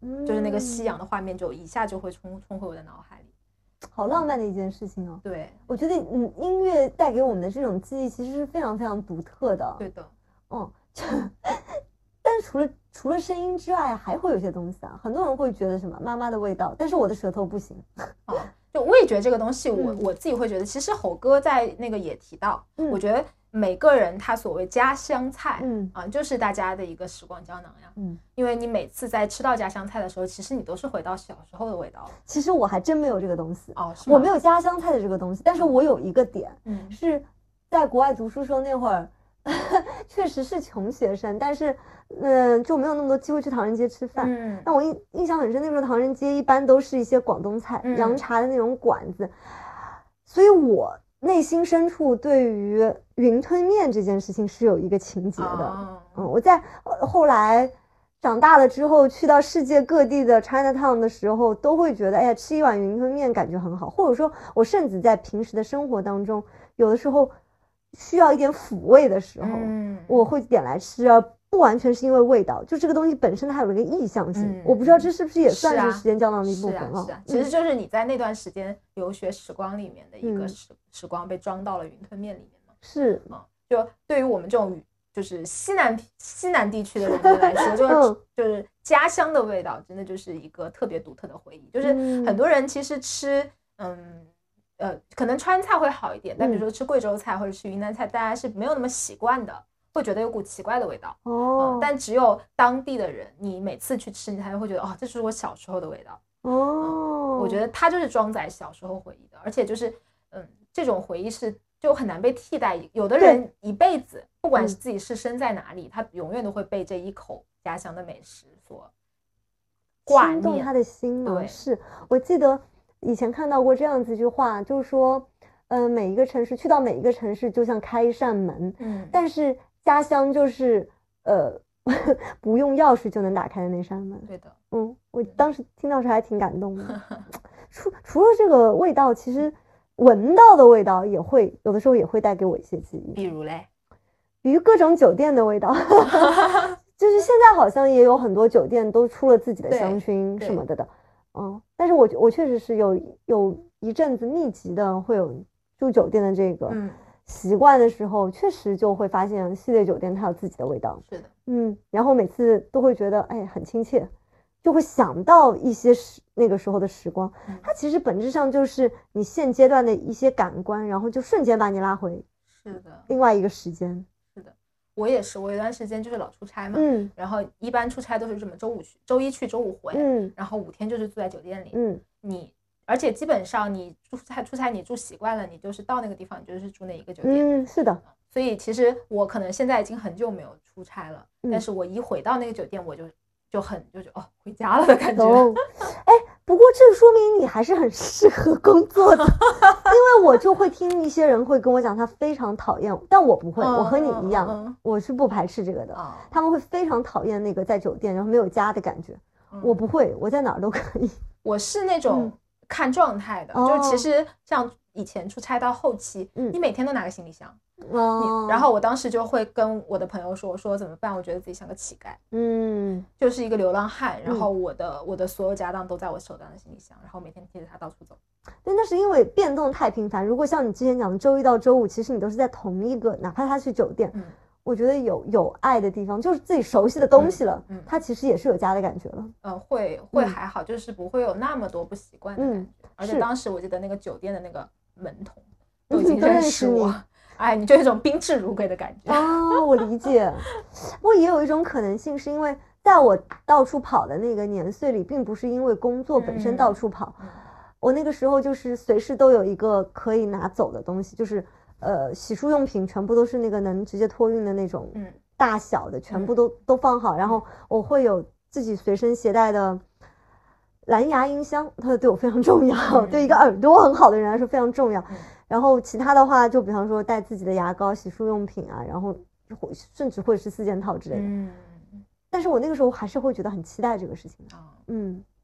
嗯、就是那个夕阳的画面就一下就会冲冲回我的脑海里。 好浪漫的一件事情哦。 对， 我觉得嗯，音乐带给我们的这种记忆其实是非常非常独特的。 对的。 嗯，但是除了除了声音之外，还会有些东西啊。很多人会觉得什么妈妈的味道，但是我的舌头不行。 哦，就味觉这个东西，我、嗯、我自己会觉得，其实吼哥在那个也提到，嗯、我觉得每个人他所谓家乡菜，嗯啊，就是大家的一个时光胶囊呀。嗯，因为你每次在吃到家乡菜的时候，其实你都是回到小时候的味道。 其实我还真没有这个东西哦， 我没有家乡菜的这个东西，但是我有一个点，嗯，是在国外读书时候那会儿。确实是穷学生，但是嗯、呃，就没有那么多机会去唐人街吃饭。嗯，那我印印象很深，那时候唐人街一般都是一些广东菜、嗯、洋茶的那种馆子，所以我内心深处对于云吞面这件事情是有一个情结的。哦、嗯，我在、呃、后来长大了之后，去到世界各地的 Chinatown 的时候，都会觉得，哎呀，吃一碗云吞面感觉很好，或者说，我甚至在平时的生活当中，有的时候。需要一点抚慰的时候，嗯，我会点来吃啊，不完全是因为味道，就这个东西本身它有一个意向性，嗯、我不知道这是不是也算是时间胶囊的一部分啊？ 是啊，是啊，其实就是你在那段时间留学时光里面的一个时、嗯、时光被装到了云吞面里面嘛。 是啊、嗯，就对于我们这种就是西南西南地区的人民来说，就是、嗯、就是家乡的味道，真的就是一个特别独特的回忆。就是很多人其实吃，嗯。呃，可能川菜会好一点，但比如说吃贵州菜或者吃云南菜，大家是没有那么习惯的，会觉得有股奇怪的味道。哦、嗯，但只有当地的人，你每次去吃，你才会觉得哦，这是我小时候的味道。哦、嗯，我觉得它就是装载小时候回忆的，而且就是嗯，这种回忆是就很难被替代。有的人一辈子，不管是自己是身在哪里，他永远都会被这一口家乡的美食所挂念， 牵动他的心嘛。 对， 是我记得。以前看到过这样子一句话，就是说，呃，每一个城市去到每一个城市就像开一扇门，嗯，但是家乡就是呃不用钥匙就能打开的那扇门。 对的， 嗯，我当时听到时还挺感动的。除除了这个味道，其实闻到的味道也会有的时候也会带给我一些记忆。 比如嘞， 比如各种酒店的味道。就是现在好像也有很多酒店都出了自己的香薰什么的的。嗯，但是我我确实是有有一阵子密集的会有住酒店的这个习惯的时候，嗯、确实就会发现系列酒店它有自己的味道。 是的， 嗯，然后每次都会觉得哎很亲切，就会想到一些时那个时候的时光。嗯、它其实本质上就是你现阶段的一些感官，然后就瞬间把你拉回是的另外一个时间。 我也是，我有段时间就是老出差嘛，嗯，然后一般出差都是这么周五去，周一去，周五回，嗯，然后五天就是住在酒店里，嗯，你而且基本上你出差出差你住习惯了，你就是到那个地方你就是住那一个酒店， 嗯，是的， 所以其实我可能现在已经很久没有出差了，嗯、但是我一回到那个酒店我就就很就是哦回家了的感觉， 哦，哎。不过这说明你还是很适合工作的，因为我就会听一些人会跟我讲他非常讨厌，但我不会，我和你一样，嗯嗯、我是不排斥这个的。嗯、他们会非常讨厌那个在酒店然后没有家的感觉，嗯、我不会，我在哪儿都可以。 我是那种看状态的，嗯、就其实像以前出差到后期，嗯、你每天都拿个行李箱。哦，然后我当时就会跟我的朋友说，我说怎么办？我觉得自己像个乞丐，嗯，就是一个流浪汉。然后我的、嗯、我的所有家当都在我手上的行李箱，然后每天提着它到处走。 对，那是因为变动太频繁。如果像你之前讲的周一到周五，其实你都是在同一个，哪怕他去酒店，嗯，我觉得有有爱的地方，就是自己熟悉的东西了，嗯，嗯它其实也是有家的感觉了。 呃，会会还好，嗯、就是不会有那么多不习惯的感觉。嗯、而且当时我记得那个酒店的那个门童都已经认识我。嗯哎，你就有一种宾至如归的感觉哦，我理解。不过也有一种可能性，是因为在我到处跑的那个年岁里，并不是因为工作本身到处跑，嗯、我那个时候就是随时都有一个可以拿走的东西，就是呃洗漱用品全部都是那个能直接托运的那种大小的，嗯、全部都都放好，然后我会有自己随身携带的蓝牙音箱，它对我非常重要，嗯、对一个耳朵很好的人来说非常重要。嗯然后其他的话，就比方说带自己的牙膏、洗漱用品啊，然后甚至会是四件套之类的。嗯，但是我那个时候还是会觉得很期待这个事情的。哦、嗯，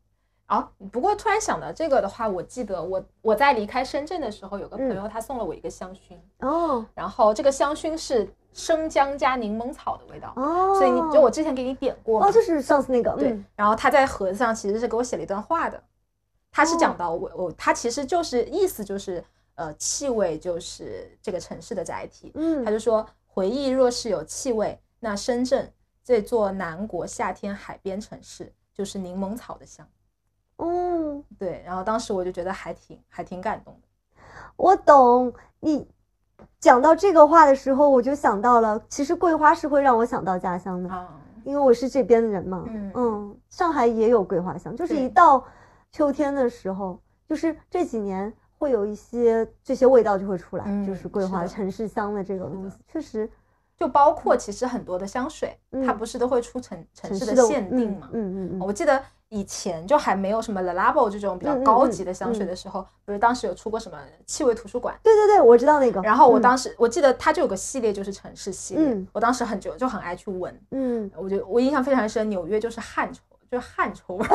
哦，不过突然想到这个的话，我记得我我在离开深圳的时候，有个朋友他送了我一个香薰哦、嗯， 然后这个香薰是生姜加柠檬草的味道哦，所以你就我之前给你点过哦，就是上次那个对、嗯，然后他在盒子上其实是给我写了一段话的，他是讲到我我他其实就是意思就是呃气味就是这个城市的载体， 嗯， 他就说回忆若是有气味，那深圳这座南国夏天海边城市就是柠檬草的香。 嗯， 对，然后当时我就觉得还挺还挺感动的。 我懂你讲到这个话的时候，我就想到了，其实桂花是会让我想到家乡的， 啊、 因为我是这边的人嘛。嗯嗯，上海也有桂花香，就是一到秋天的时候，就是这几年会有一些这些味道就会出来，嗯、就是桂花城市香的这个东西，确实。 就包括其实很多的香水，嗯、它不是都会出城城市的限定嘛？ 嗯嗯 嗯, 嗯， 我记得以前就还没有什么 Le Labo 这种比较高级的香水的时候，嗯嗯嗯、不是当时有出过什么气味图书馆？ 对对对，我知道那个。 然后我当时、嗯、我记得它就有个系列就是城市系列， 嗯、 我当时很久就很爱去闻， 嗯， 我觉得我印象非常深，纽约就是汗臭，就是汗臭味。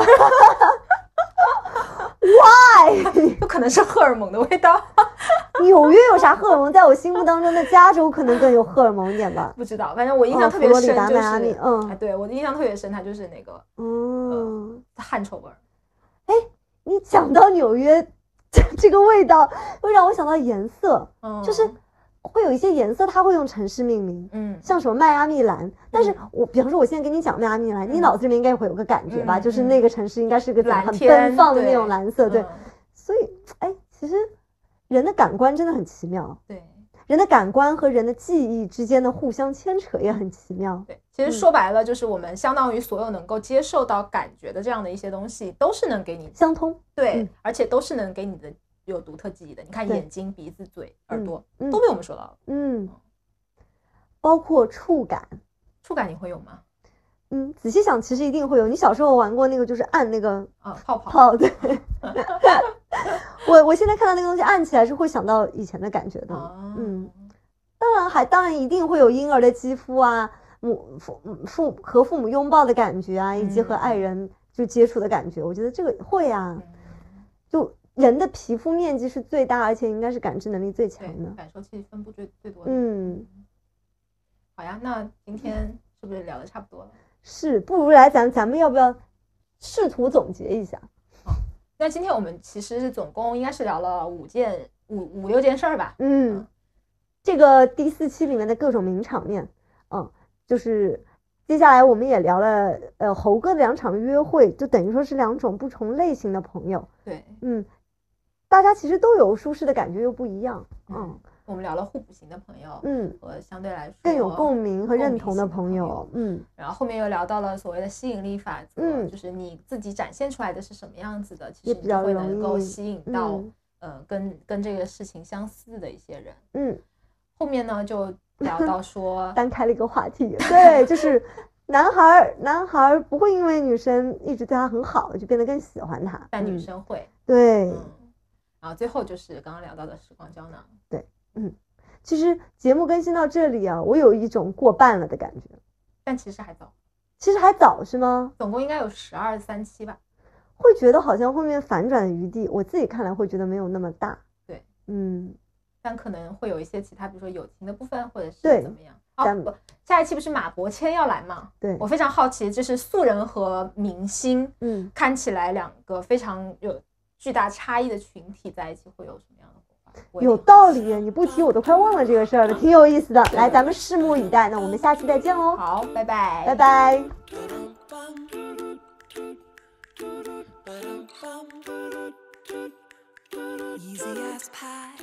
Why？ 有可能是荷尔蒙的味道。 纽约有啥荷尔蒙？在我心目当中的加州可能更有荷尔蒙一点吧。 不知道，反正我印象特别深，就是、哦、 佛罗里达、迈阿密，嗯， 哎，对我的印象特别深，它就是那个，嗯，呃、汗臭味儿。 哎，你讲到纽约这个味道，会让我想到颜色，嗯，就是会有一些颜色它会用城市命名， 嗯， 像什么迈阿密蓝。但是我比方说我现在跟你讲迈阿密蓝，嗯、你脑子里面应该会有个感觉吧，嗯、就是那个城市应该是个很奔放的那种蓝色，对。对嗯、 所以，哎，其实。人的感官真的很奇妙， 对， 人的感官和人的记忆之间的互相牵扯也很奇妙。 对，其实说白了就是我们相当于所有能够接受到感觉的这样的一些东西，都是能给你相通， 对， 嗯、 而且都是能给你的有独特记忆的。你看眼睛、鼻子、嘴、耳朵、 嗯、 都被我们说到了， 嗯，包括触感， 触感你会有吗？ 嗯，仔细想，其实一定会有。你小时候玩过那个，就是按那个啊泡泡， 泡对。我我现在看到那个东西按起来是会想到以前的感觉的， 哦、 嗯，当然还当然一定会有婴儿的肌肤啊，母父父和父母拥抱的感觉啊，以及和爱人就接触的感觉，嗯、我觉得这个会啊，就人的皮肤面积是最大，而且应该是感知能力最强的， 感受器分布最最多的。 嗯， 好呀，那今天是不是聊得差不多了？ 是，不如来咱咱们要不要试图总结一下？ 那今天我们其实是总共应该是聊了五件五五六件事儿吧。 嗯，嗯这个第四期里面的各种名场面，嗯，就是接下来我们也聊了呃猴哥的两场约会，就等于说是两种不同类型的朋友。 对， 嗯，大家其实都有舒适的感觉又不一样。嗯， 嗯我们聊了互补型的朋友， 嗯， 和相对来说更有共鸣和认同的朋友，嗯， 然后后面又聊到了所谓的吸引力法则， 嗯， 就是你自己展现出来的是什么样子的，其实你就会能够吸引到、 嗯、 呃跟跟这个事情相似的一些人， 嗯， 后面呢就聊到说单开了一个话题，对，就是男孩男孩不会因为女生一直对他很好就变得更喜欢他， 但女生会， 嗯、对、 嗯，然后最后就是刚刚聊到的时光胶囊， 对。嗯，其实节目更新到这里啊，我有一种过半了的感觉， 但其实还早， 其实还早是吗？ 总共应该有十二三期吧， 会觉得好像后面反转的余地，我自己看来会觉得没有那么大。 对， 嗯， 但可能会有一些其他，比如说友情的部分，或者是怎么样。哦，不，下一期不是马伯骞要来吗？ 对， 我非常好奇，就是素人和明星， 嗯， 看起来两个非常有巨大差异的群体在一起会有什么样的？ 有道理，你不提我都快忘了这个事儿了，挺有意思的。来，咱们拭目以待。那我们下期再见喽。 好，拜拜， 拜拜。Easy as pie,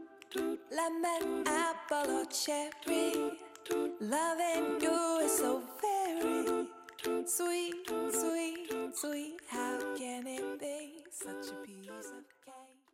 lemon, apple or cherry. Loving you is so very sweet, sweet, sweet. How can it be such a piece of cake?